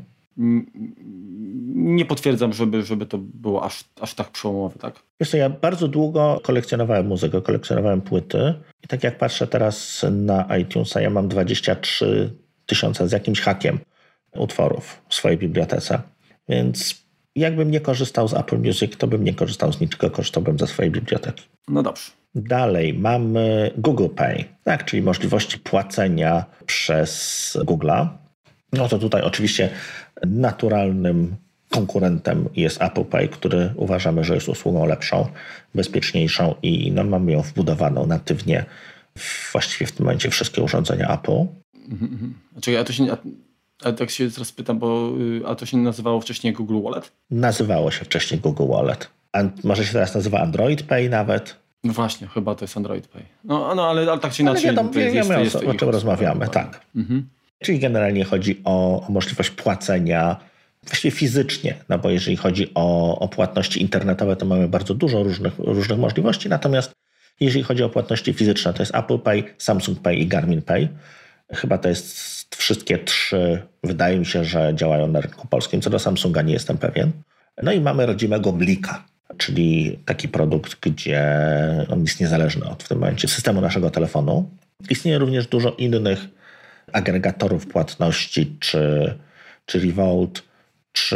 Nie potwierdzam, żeby, żeby to było aż, aż tak przełomowe, tak? Wiesz co, ja bardzo długo kolekcjonowałem muzykę, kolekcjonowałem płyty i tak jak patrzę teraz na iTunesa, ja mam dwadzieścia trzy tysiąca z jakimś hakiem utworów w swojej bibliotece. Więc jakbym nie korzystał z Apple Music, to bym nie korzystał z niczego, korzystałbym ze swojej biblioteki. No dobrze. Dalej mamy Google Pay, tak, czyli możliwości płacenia przez Google'a. No to tutaj oczywiście naturalnym konkurentem jest Apple Pay, który uważamy, że jest usługą lepszą, bezpieczniejszą i no, mamy ją wbudowaną natywnie w, właściwie w tym momencie wszystkie urządzenia Apple. Mhm. Znaczy, a to się, a, a tak się teraz pytam, bo a to się nazywało wcześniej Google Wallet? Nazywało się wcześniej Google Wallet. A może się teraz nazywa Android Pay nawet? No właśnie, chyba to jest Android Pay. No, no ale, ale tak czy inaczej... Ale wiadomo, to jest, wiemy, jest, o, jest, o czym rozmawiamy, tak. Mhm. Czyli generalnie chodzi o, o możliwość płacenia właściwie fizycznie, no bo jeżeli chodzi o, o płatności internetowe, to mamy bardzo dużo różnych, różnych możliwości, natomiast jeżeli chodzi o płatności fizyczne, to jest Apple Pay, Samsung Pay i Garmin Pay. Chyba to jest wszystkie trzy, wydaje mi się, że działają na rynku polskim. Co do Samsunga nie jestem pewien. No i mamy rodzimego Blika, czyli taki produkt, gdzie on jest niezależny od w tym momencie systemu naszego telefonu. Istnieje również dużo innych agregatorów płatności, czy, czy Revolt, czy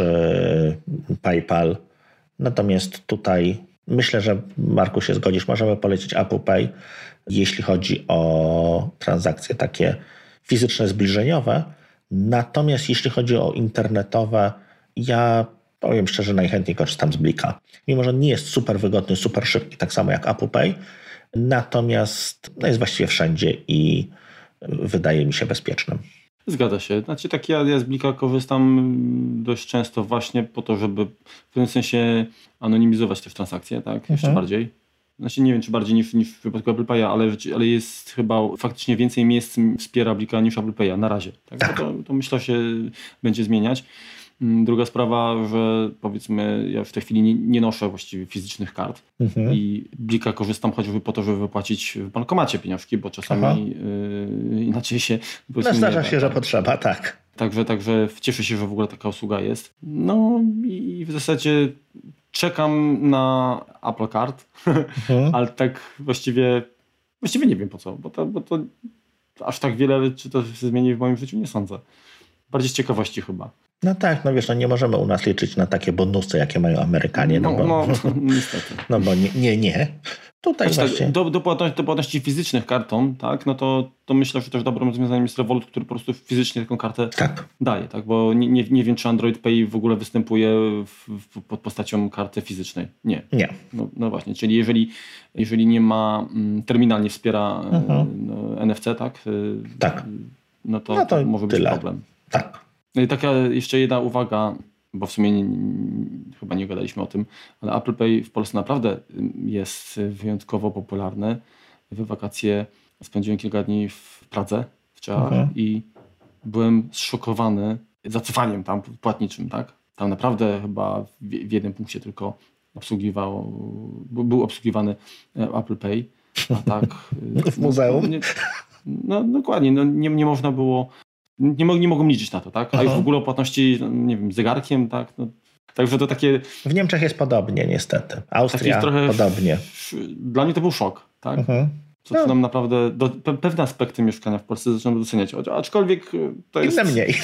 PayPal. Natomiast tutaj myślę, że Marku się zgodzisz, możemy polecić Apple Pay, jeśli chodzi o transakcje takie fizyczne, zbliżeniowe. Natomiast jeśli chodzi o internetowe, ja powiem szczerze, najchętniej korzystam z Blika. Mimo że nie jest super wygodny, super szybki, tak samo jak Apple Pay, natomiast no jest właściwie wszędzie i wydaje mi się bezpiecznym. Zgadza się. Znaczy tak ja, ja z Blika korzystam dość często właśnie po to, żeby w pewnym sensie anonimizować też transakcje, tak? Mhm. Jeszcze bardziej. Znaczy nie wiem, czy bardziej niż, niż w przypadku Apple Pay'a, ale, ale jest chyba faktycznie więcej miejsc wspiera Blika niż Apple Pay'a na razie. Tak? Tak. To, to myślę, się będzie zmieniać. Druga sprawa, że powiedzmy ja w tej chwili nie, nie noszę właściwie fizycznych kart mhm. i Blika korzystam choćby po to, żeby wypłacić w bankomacie pieniążki, bo czasami yy, inaczej się... No zdarza się, że potrzeba, tak. Także, także cieszę się, że w ogóle taka usługa jest. No i w zasadzie czekam na Apple Card, mhm. ale tak właściwie właściwie nie wiem po co, bo to, bo to aż tak wiele, czy to się zmieni w moim życiu, nie sądzę. Bardziej z ciekawości chyba. No tak, no wiesz, no nie możemy u nas liczyć na takie bonusy, jakie mają Amerykanie. No, no, bo, no, no niestety. No bo nie, nie. nie. Tutaj znaczy, właśnie... do, do, płatności, do płatności fizycznych kartą, tak, no to, to myślę, że też dobrym rozwiązaniem jest Revolut, który po prostu fizycznie taką kartę tak. daje, tak, bo nie, nie, nie wiem, czy Android Pay w ogóle występuje w, w, pod postacią karty fizycznej. Nie. Nie. No, no właśnie, czyli jeżeli, jeżeli nie ma, terminal nie wspiera mhm. no, N F C, tak, tak. no to, no to, to może tyle. być problem. Tak. No i taka jeszcze jedna uwaga, bo w sumie nie, nie, chyba nie gadaliśmy o tym, ale Apple Pay w Polsce naprawdę jest wyjątkowo popularny. W wakacje spędziłem kilka dni w Pradze, w Czechach mhm. i byłem zszokowany zacofaniem tam płatniczym, tak? Tam naprawdę chyba w, w jednym punkcie tylko obsługiwał, był obsługiwany Apple Pay, a tak... w muzeum? No, nie, no dokładnie, no, nie, nie można było... Nie, mog, nie mogą liczyć na to, tak? A już w ogóle o płatności, nie wiem, zegarkiem, tak? No, także to takie... W Niemczech jest podobnie niestety. Austria trochę podobnie. W, dla mnie to był szok, tak? Mhm. Zaczynam no. naprawdę do, pe, pewne aspekty mieszkania w Polsce zaczynam doceniać, aczkolwiek to jest... Inne mniej.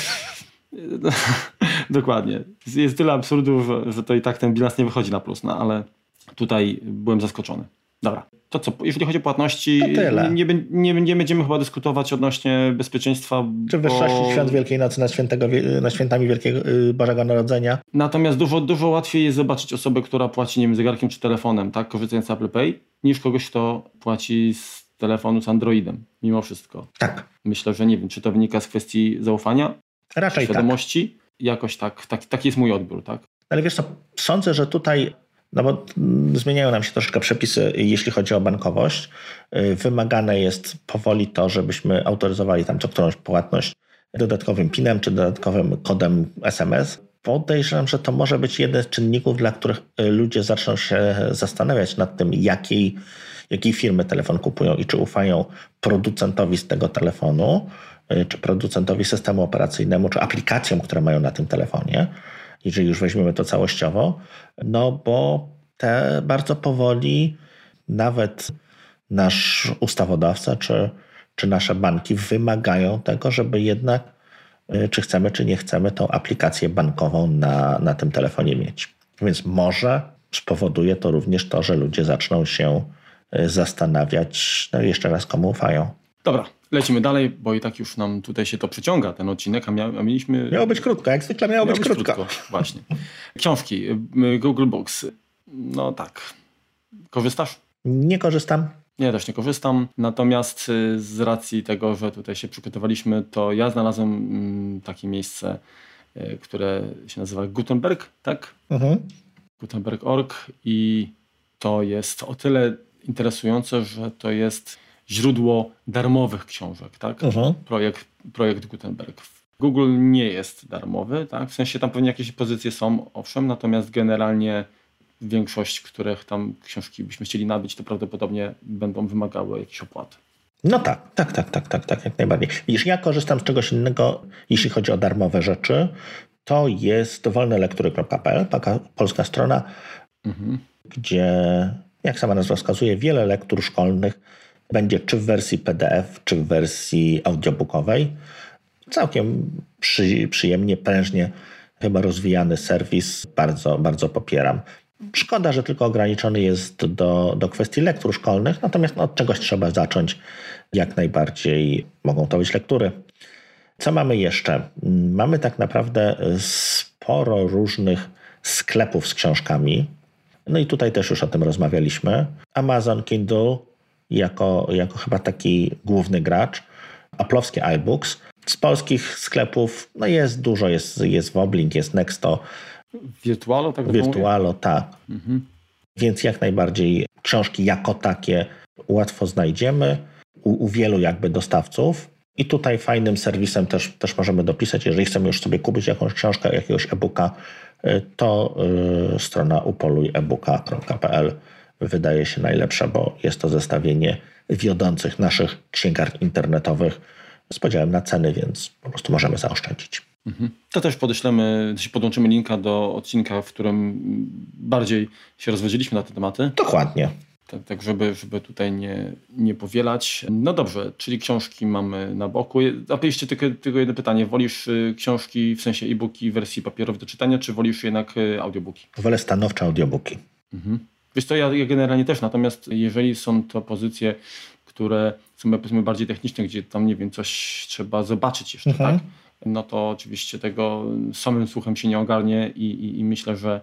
Dokładnie. Jest tyle absurdów, że, że to i tak ten bilans nie wychodzi na plus, no ale tutaj byłem zaskoczony. Dobra, to co, jeżeli chodzi o płatności, nie, nie, nie, nie będziemy chyba dyskutować odnośnie bezpieczeństwa. Czy wyższości bo... świąt Wielkiej Nocy na, świętego, na świętami Wielkiego Bożego Narodzenia. Natomiast dużo, dużo łatwiej jest zobaczyć osobę, która płaci, nie wiem, zegarkiem czy telefonem, tak, korzystając z Apple Pay, niż kogoś, kto płaci z telefonu z Androidem, mimo wszystko. Tak. Myślę, że nie wiem, czy to wynika z kwestii zaufania, raczej świadomości, tak. Jakoś tak, tak, taki jest mój odbiór, tak. Ale wiesz co, sądzę, że tutaj no bo zmieniają nam się troszeczkę przepisy, jeśli chodzi o bankowość. Wymagane jest powoli to, żebyśmy autoryzowali tam co którąś płatność dodatkowym pinem czy dodatkowym kodem S M S. Podejrzewam, że to może być jeden z czynników, dla których ludzie zaczną się zastanawiać nad tym, jakiej, jakiej firmy telefon kupują i czy ufają producentowi z tego telefonu, czy producentowi systemu operacyjnemu, czy aplikacjom, które mają na tym telefonie, jeżeli już weźmiemy to całościowo, no bo te bardzo powoli nawet nasz ustawodawca czy, czy nasze banki wymagają tego, żeby jednak czy chcemy, czy nie chcemy tą aplikację bankową na, na tym telefonie mieć. Więc może spowoduje to również to, że ludzie zaczną się zastanawiać, no jeszcze raz, komu ufają. Dobra, lecimy dalej, bo i tak już nam tutaj się to przyciąga, ten odcinek, a, mia- a mieliśmy... Miało być krótko, jak zwykle miało, miało być, być krótko. krótko. Właśnie. Książki, Google Books. No tak. Korzystasz? Nie korzystam. Nie, też nie korzystam. Natomiast z racji tego, że tutaj się przygotowaliśmy, to ja znalazłem takie miejsce, które się nazywa Gutenberg, tak? Mhm. Gutenberg kropka org i to jest o tyle interesujące, że to jest źródło darmowych książek, tak? Mhm. Projekt, projekt Gutenberg. Google nie jest darmowy, tak? W sensie tam pewnie jakieś pozycje są, owszem, natomiast generalnie większość, których tam książki byśmy chcieli nabyć, to prawdopodobnie będą wymagały jakiejś opłaty. No tak, tak, tak, tak, tak, tak, jak najbardziej. Widzisz, ja korzystam z czegoś innego, jeśli chodzi o darmowe rzeczy. To jest wolnelektury kropka pe el, taka polska strona, mhm. gdzie, jak sama nazwa wskazuje, wiele lektur szkolnych będzie czy w wersji pe de ef, czy w wersji audiobookowej. Całkiem przy, przyjemnie, prężnie chyba rozwijany serwis. Bardzo, bardzo popieram. Szkoda, że tylko ograniczony jest do, do kwestii lektur szkolnych, natomiast no, od czegoś trzeba zacząć. Jak najbardziej mogą to być lektury. Co mamy jeszcze? Mamy tak naprawdę sporo różnych sklepów z książkami. No i tutaj też już o tym rozmawialiśmy. Amazon Kindle jako, jako chyba taki główny gracz. Apple'owskie iBooks. Z polskich sklepów no jest dużo. Jest, jest Woblink, jest Nexto. Wirtualo, tak? Wirtualo, tak. Mhm. Więc jak najbardziej książki jako takie łatwo znajdziemy u, u wielu jakby dostawców. I tutaj fajnym serwisem też, też możemy dopisać, jeżeli chcemy już sobie kupić jakąś książkę, jakiegoś e-booka, to yy, strona upoluj e booka kropka pe el wydaje się najlepsza, bo jest to zestawienie wiodących naszych księgarni internetowych z podziałem na ceny, więc po prostu możemy zaoszczędzić. Mhm. To też podeślemy, podłączymy linka do odcinka, w którym bardziej się rozwodziliśmy na te tematy. Dokładnie. Tak, tak żeby, żeby tutaj nie, nie powielać. No dobrze, czyli książki mamy na boku. Zapyliście tylko, tylko jedno pytanie. Wolisz książki, w sensie e-booki w wersji papierowej do czytania, czy wolisz jednak audiobooki? Wolę stanowcze audiobooki. Mhm. Wiesz co, ja, ja generalnie też, natomiast jeżeli są to pozycje, które są powiedzmy bardziej techniczne, gdzie tam nie wiem, coś trzeba zobaczyć jeszcze, mhm. tak? No to oczywiście tego samym słuchem się nie ogarnie i, i, i myślę, że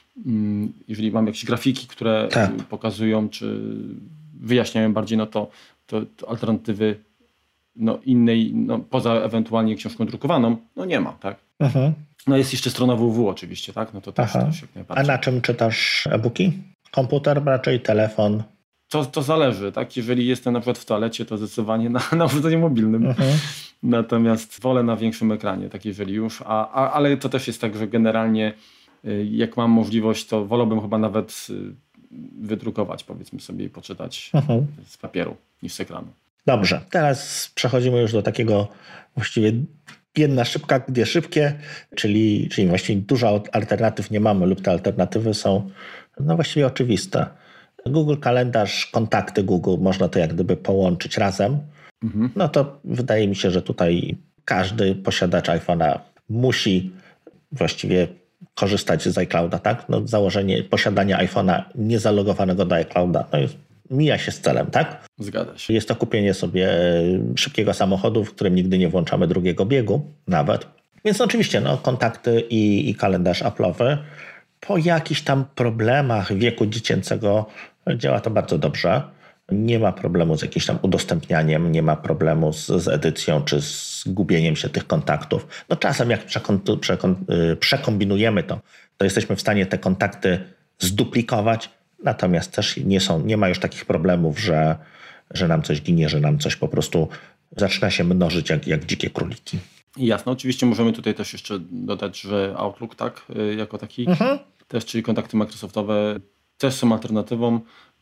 mm, jeżeli mam jakieś grafiki, które tak. pokazują, czy wyjaśniają bardziej, no to, to, to alternatywy no, innej, no, poza ewentualnie książką drukowaną, no nie ma, tak? Mhm. No jest jeszcze strona www oczywiście, tak? No to też, też jak najbardziej. A na czym czytasz e-booki? Komputer, raczej telefon? To, to zależy, tak? Jeżeli jestem na przykład w toalecie, to zdecydowanie na, na urządzeniu mobilnym. Mhm. Natomiast wolę na większym ekranie, tak jeżeli już. A, a, ale to też jest tak, że generalnie jak mam możliwość, to wolałbym chyba nawet wydrukować, powiedzmy sobie, i poczytać mhm. z papieru niż z ekranu. Dobrze, teraz przechodzimy już do takiego właściwie jedna szybka, dwie szybkie, czyli, czyli właściwie dużo alternatyw nie mamy lub te alternatywy są no właściwie oczywiste. Google Kalendarz, kontakty Google, można to jak gdyby połączyć razem. Mhm. No to wydaje mi się, że tutaj każdy posiadacz iPhone'a musi właściwie korzystać z iClouda, tak? No założenie posiadania iPhone'a niezalogowanego do iClouda no jest, mija się z celem, tak? Zgadza się. Jest to kupienie sobie szybkiego samochodu, w którym nigdy nie włączamy drugiego biegu nawet. Więc oczywiście no, kontakty i, i kalendarz Apple'owy. Po jakichś tam problemach wieku dziecięcego działa to bardzo dobrze. Nie ma problemu z jakimś tam udostępnianiem, nie ma problemu z, z edycją czy z gubieniem się tych kontaktów. No czasem jak przekon, przekon, przekombinujemy to, to jesteśmy w stanie te kontakty zduplikować, natomiast też nie, są, nie ma już takich problemów, że, że nam coś ginie, że nam coś po prostu zaczyna się mnożyć jak, jak dzikie króliki. Jasne, oczywiście możemy tutaj też jeszcze dodać, że Outlook tak jako taki mhm. też, czyli kontakty Microsoftowe też są alternatywą.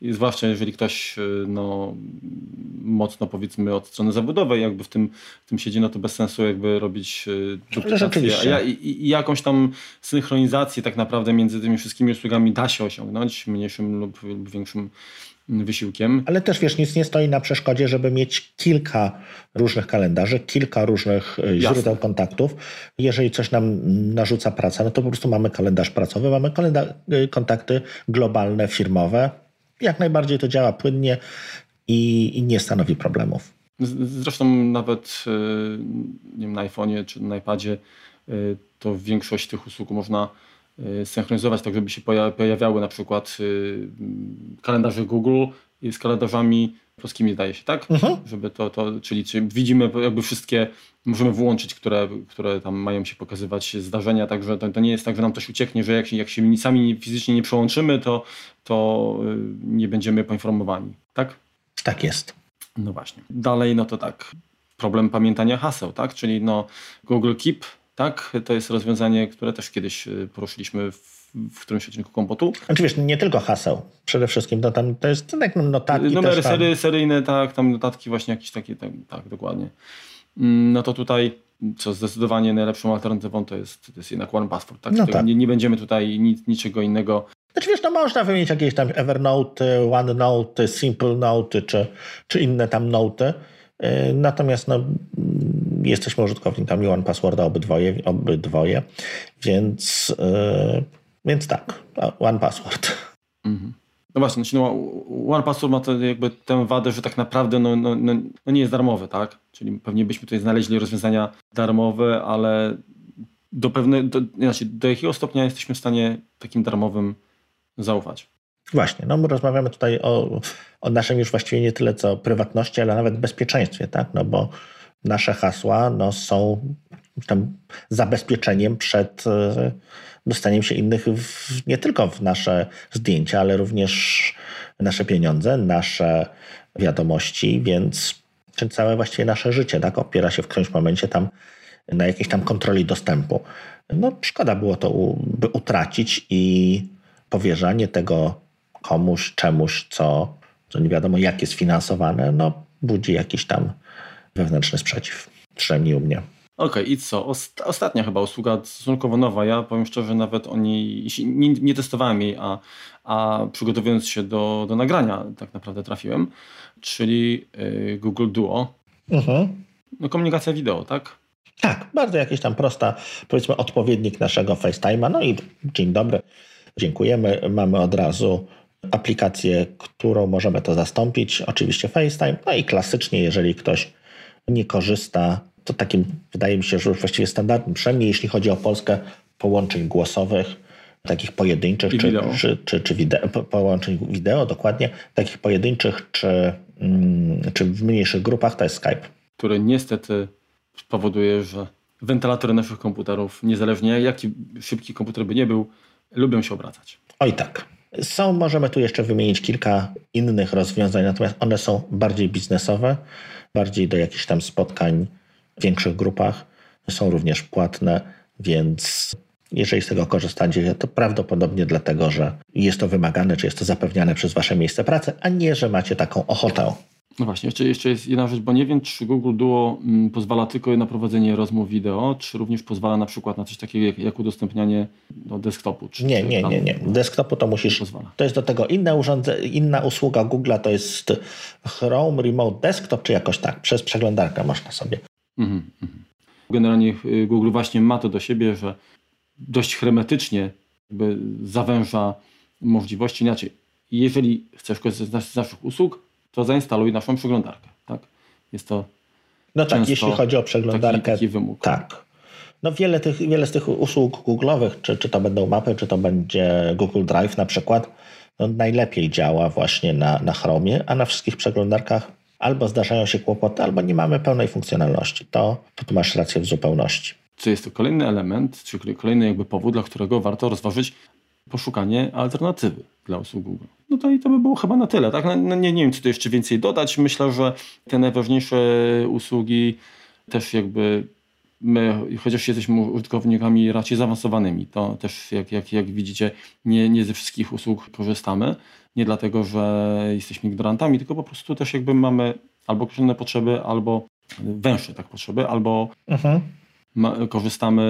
I zwłaszcza jeżeli ktoś no, mocno powiedzmy od strony zawodowej jakby w tym, w tym siedzi, no to bez sensu jakby robić duplikację. A ja, i, i jakąś tam synchronizację tak naprawdę między tymi wszystkimi usługami da się osiągnąć mniejszym lub, lub większym wysiłkiem. Ale też wiesz, nic nie stoi na przeszkodzie, żeby mieć kilka różnych kalendarzy, kilka różnych źródeł Jasne. kontaktów. Jeżeli coś nam narzuca praca, no to po prostu mamy kalendarz pracowy, mamy kalenda- kontakty globalne, firmowe. Jak najbardziej to działa płynnie i, i nie stanowi problemów. Zresztą nawet nie wiem, na iPhone'ie czy na iPadzie to większość tych usług można synchronizować, tak żeby się pojawiały na przykład kalendarze Google z kalendarzami polskimi, zdaje się, tak? Mhm. Żeby to, to czyli, czyli widzimy jakby wszystkie, możemy włączyć, które, które tam mają się pokazywać zdarzenia, także to, to nie jest tak, że nam coś ucieknie, że jak się, jak się sami fizycznie nie przełączymy, to, to nie będziemy poinformowani, tak? Tak jest. No właśnie. Dalej, no to tak, problem pamiętania haseł, tak? Czyli no Google Keep, tak? To jest rozwiązanie, które też kiedyś poruszyliśmy w, w którymś odcinku Kompotu. Oczywiście nie tylko haseł. Przede wszystkim to, tam, to jest tak, notatki. Numery też tam. sery, seryjne, tak, tam notatki właśnie jakieś takie, tak, tak, dokładnie. No to tutaj, co zdecydowanie najlepszą alternatywą to jest, to jest jednak one password, tak? No tak. Nie, nie będziemy tutaj nic, niczego innego. Znaczy wiesz, no można wymienić jakieś tam Evernote, OneNote, Simple Note, czy, czy inne tam noty. Natomiast no, jesteśmy użytkownikami one passworda obydwoje, obydwoje więc, yy, więc tak, one password. Mhm. No właśnie, no, one password ma to jakby tę wadę, że tak naprawdę no, no, no, no nie jest darmowy, tak? Czyli pewnie byśmy tutaj znaleźli rozwiązania darmowe, ale do pewnego, do, znaczy do jakiego stopnia jesteśmy w stanie takim darmowym zaufać? Właśnie, no my rozmawiamy tutaj o, o naszym już właściwie nie tyle co prywatności, ale nawet bezpieczeństwie, tak? No bo nasze hasła no, są tam zabezpieczeniem przed y, dostaniem się innych w, nie tylko w nasze zdjęcia, ale również nasze pieniądze, nasze wiadomości, więc całe właściwie nasze życie, tak? Opiera się w którymś momencie tam na jakiejś tam kontroli dostępu. No szkoda było to u, by utracić i powierzanie tego komuś, czemuś, co, co nie wiadomo jak jest finansowane, no budzi jakiś tam wewnętrzny sprzeciw. Przynajmniej u mnie. Okej, okay, i co? Ost- ostatnia chyba usługa stosunkowo nowa. Ja powiem szczerze, nawet o niej nie, nie testowałem jej, a, a przygotowując się do, do nagrania tak naprawdę trafiłem, czyli y, Google Duo. Mhm. No komunikacja wideo, tak? Tak, bardzo jakiś tam prosta, powiedzmy odpowiednik naszego FaceTime'a. No i dzień dobry, dziękujemy. Mamy od razu aplikację, którą możemy to zastąpić. Oczywiście FaceTime. No i klasycznie, jeżeli ktoś nie korzysta, to takim wydaje mi się, że właściwie standardem, przynajmniej jeśli chodzi o Polskę, połączeń głosowych, takich pojedynczych, czy, czy, czy, czy wideo, połączeń wideo, dokładnie, takich pojedynczych, czy, mm, czy w mniejszych grupach, to jest Skype. Który niestety powoduje, że wentylatory naszych komputerów, niezależnie jaki szybki komputer by nie był, lubią się obracać. Oj tak. Są, możemy tu jeszcze wymienić kilka innych rozwiązań, natomiast one są bardziej biznesowe, bardziej do jakichś tam spotkań w większych grupach. Są również płatne, więc jeżeli z tego korzystacie, to prawdopodobnie dlatego, że jest to wymagane, czy jest to zapewniane przez wasze miejsce pracy, a nie, że macie taką ochotę. No właśnie, jeszcze, jeszcze jest jedna rzecz, bo nie wiem, czy Google Duo m, pozwala tylko na prowadzenie rozmów wideo, czy również pozwala na przykład na coś takiego jak, jak udostępnianie do desktopu. Czy, nie, czy nie, nie, nie. Desktopu to musisz, pozwala. To jest do tego inne urządzenie, inna usługa Google'a, to jest Chrome Remote Desktop, czy jakoś tak, przez przeglądarkę można sobie. Mhm, mhm. Generalnie Google właśnie ma to do siebie, że dość hermetycznie jakby zawęża możliwości. Inaczej, jeżeli chcesz korzystać z naszych usług, to zainstaluj naszą przeglądarkę. Tak? Jest to No tak, jeśli chodzi o przeglądarkę, taki, taki wymóg. Tak. No wiele, tych, wiele z tych usług Google'owych, czy, czy to będą mapy, czy to będzie Google Drive na przykład, no najlepiej działa właśnie na, na Chromie, a na wszystkich przeglądarkach albo zdarzają się kłopoty, albo nie mamy pełnej funkcjonalności. To, to tu masz rację w zupełności. Czy jest to kolejny element, czy kolejny jakby powód, dla którego warto rozważyć poszukanie alternatywy dla usług Google. No to i to by było chyba na tyle. Tak? No, nie, nie wiem, co tu jeszcze więcej dodać. Myślę, że te najważniejsze usługi też jakby my, chociaż jesteśmy użytkownikami raczej zaawansowanymi, to też jak, jak, jak widzicie, nie, nie ze wszystkich usług korzystamy. Nie dlatego, że jesteśmy ignorantami, tylko po prostu też jakby mamy albo określone potrzeby, albo węższe tak potrzeby, albo mhm. ma, korzystamy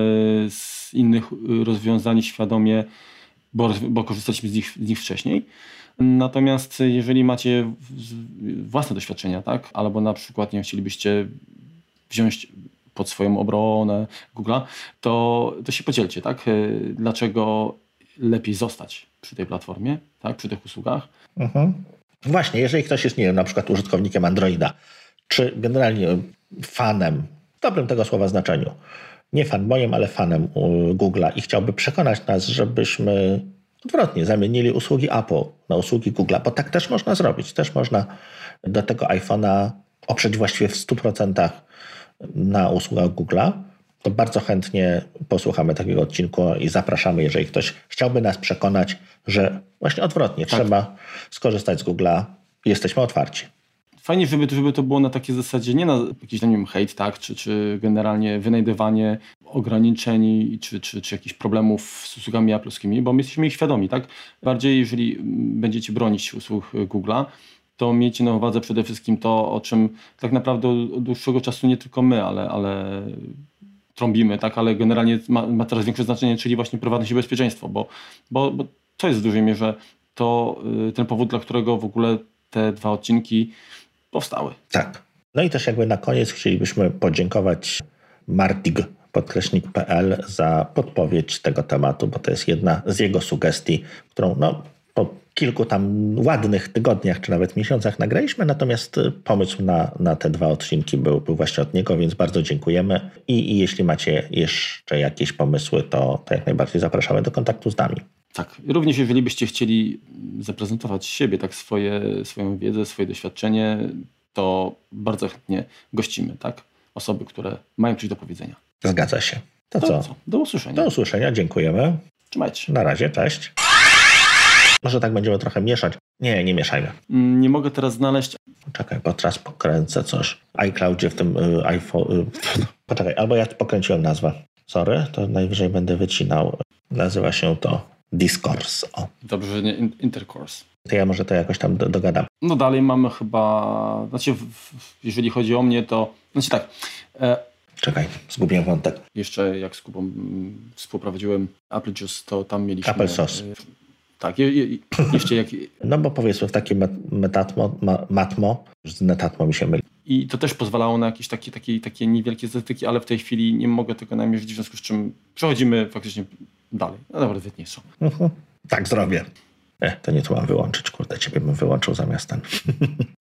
z innych rozwiązań świadomie, bo, bo korzystaliśmy z nich, z nich wcześniej. Natomiast jeżeli macie własne doświadczenia, tak, albo na przykład nie chcielibyście wziąć pod swoją obronę Google'a, to, to się podzielcie, tak? Dlaczego lepiej zostać przy tej platformie, tak? Przy tych usługach. Mhm. Właśnie, jeżeli ktoś jest, nie wiem, na przykład użytkownikiem Androida, czy generalnie fanem, w dobrym tego słowa znaczeniu, nie fanboyem, ale fanem Google'a i chciałby przekonać nas, żebyśmy odwrotnie zamienili usługi Apple na usługi Google'a, bo tak też można zrobić. Też można do tego iPhone'a oprzeć właściwie w stu procentach na usługach Google'a, to bardzo chętnie posłuchamy takiego odcinku i zapraszamy, jeżeli ktoś chciałby nas przekonać, że właśnie odwrotnie, tak. Trzeba skorzystać z Google'a i jesteśmy otwarci. Fajnie, żeby, żeby to było na takiej zasadzie, nie na jakiś, nie wiem, hejt, tak, czy, czy generalnie wynajdywanie ograniczeń, czy, czy, czy jakichś problemów z usługami aploskimi, bo my jesteśmy ich świadomi, tak? Bardziej, jeżeli będziecie bronić usług Google'a, to miejcie na uwadze przede wszystkim to, o czym tak naprawdę od dłuższego czasu nie tylko my, ale, ale trąbimy, tak, ale generalnie ma, ma teraz większe znaczenie, czyli właśnie prywatność i bezpieczeństwo, bo, bo, bo to jest w dużej mierze to ten powód, dla którego w ogóle te dwa odcinki powstały. Tak. No i też jakby na koniec chcielibyśmy podziękować martig podkreśnik kropka p l za podpowiedź tego tematu, bo to jest jedna z jego sugestii, którą no, po kilku tam ładnych tygodniach czy nawet miesiącach nagraliśmy, natomiast pomysł na, na te dwa odcinki był, był właśnie od niego, więc bardzo dziękujemy I, i jeśli macie jeszcze jakieś pomysły, to, to jak najbardziej zapraszamy do kontaktu z nami. Tak, również jeżeli byście chcieli zaprezentować siebie, tak swoje, swoją wiedzę, swoje doświadczenie, to bardzo chętnie gościmy, tak? Osoby, które mają coś do powiedzenia. Zgadza się. To, to co? co? Do usłyszenia. Do usłyszenia, dziękujemy. Trzymajcie się. Na razie, cześć. Może tak będziemy trochę mieszać. Nie, nie mieszajmy. Nie mogę teraz znaleźć. Poczekaj, bo teraz pokręcę coś. iCloudzie w tym y, iPhone. Y, poczekaj, albo ja pokręciłem nazwę. Sorry, to najwyżej będę wycinał. Nazywa się to Discourse. O. Dobrze, nie Intercourse. To ja może to jakoś tam do, dogadam. No dalej mamy chyba, znaczy w, w, jeżeli chodzi o mnie, to znaczy tak. E, Czekaj, zgubiłem wątek. Jeszcze jak z Kubą m, współprowadziłem Apple Juice, to tam mieliśmy... Apple Sauce. E, tak, je, je, jeszcze jak... No bo powiedzmy w takim metatmo, ma, matmo, z netatmo mi się myli. I to też pozwalało na jakieś takie, takie, takie niewielkie zatyki, ale w tej chwili nie mogę tego namierzyć, w związku z czym przechodzimy faktycznie dalej. No dobra, wytnie są. Mhm. Tak zrobię. E, to nie to mam wyłączyć, kurde, ciebie bym wyłączył zamiast ten.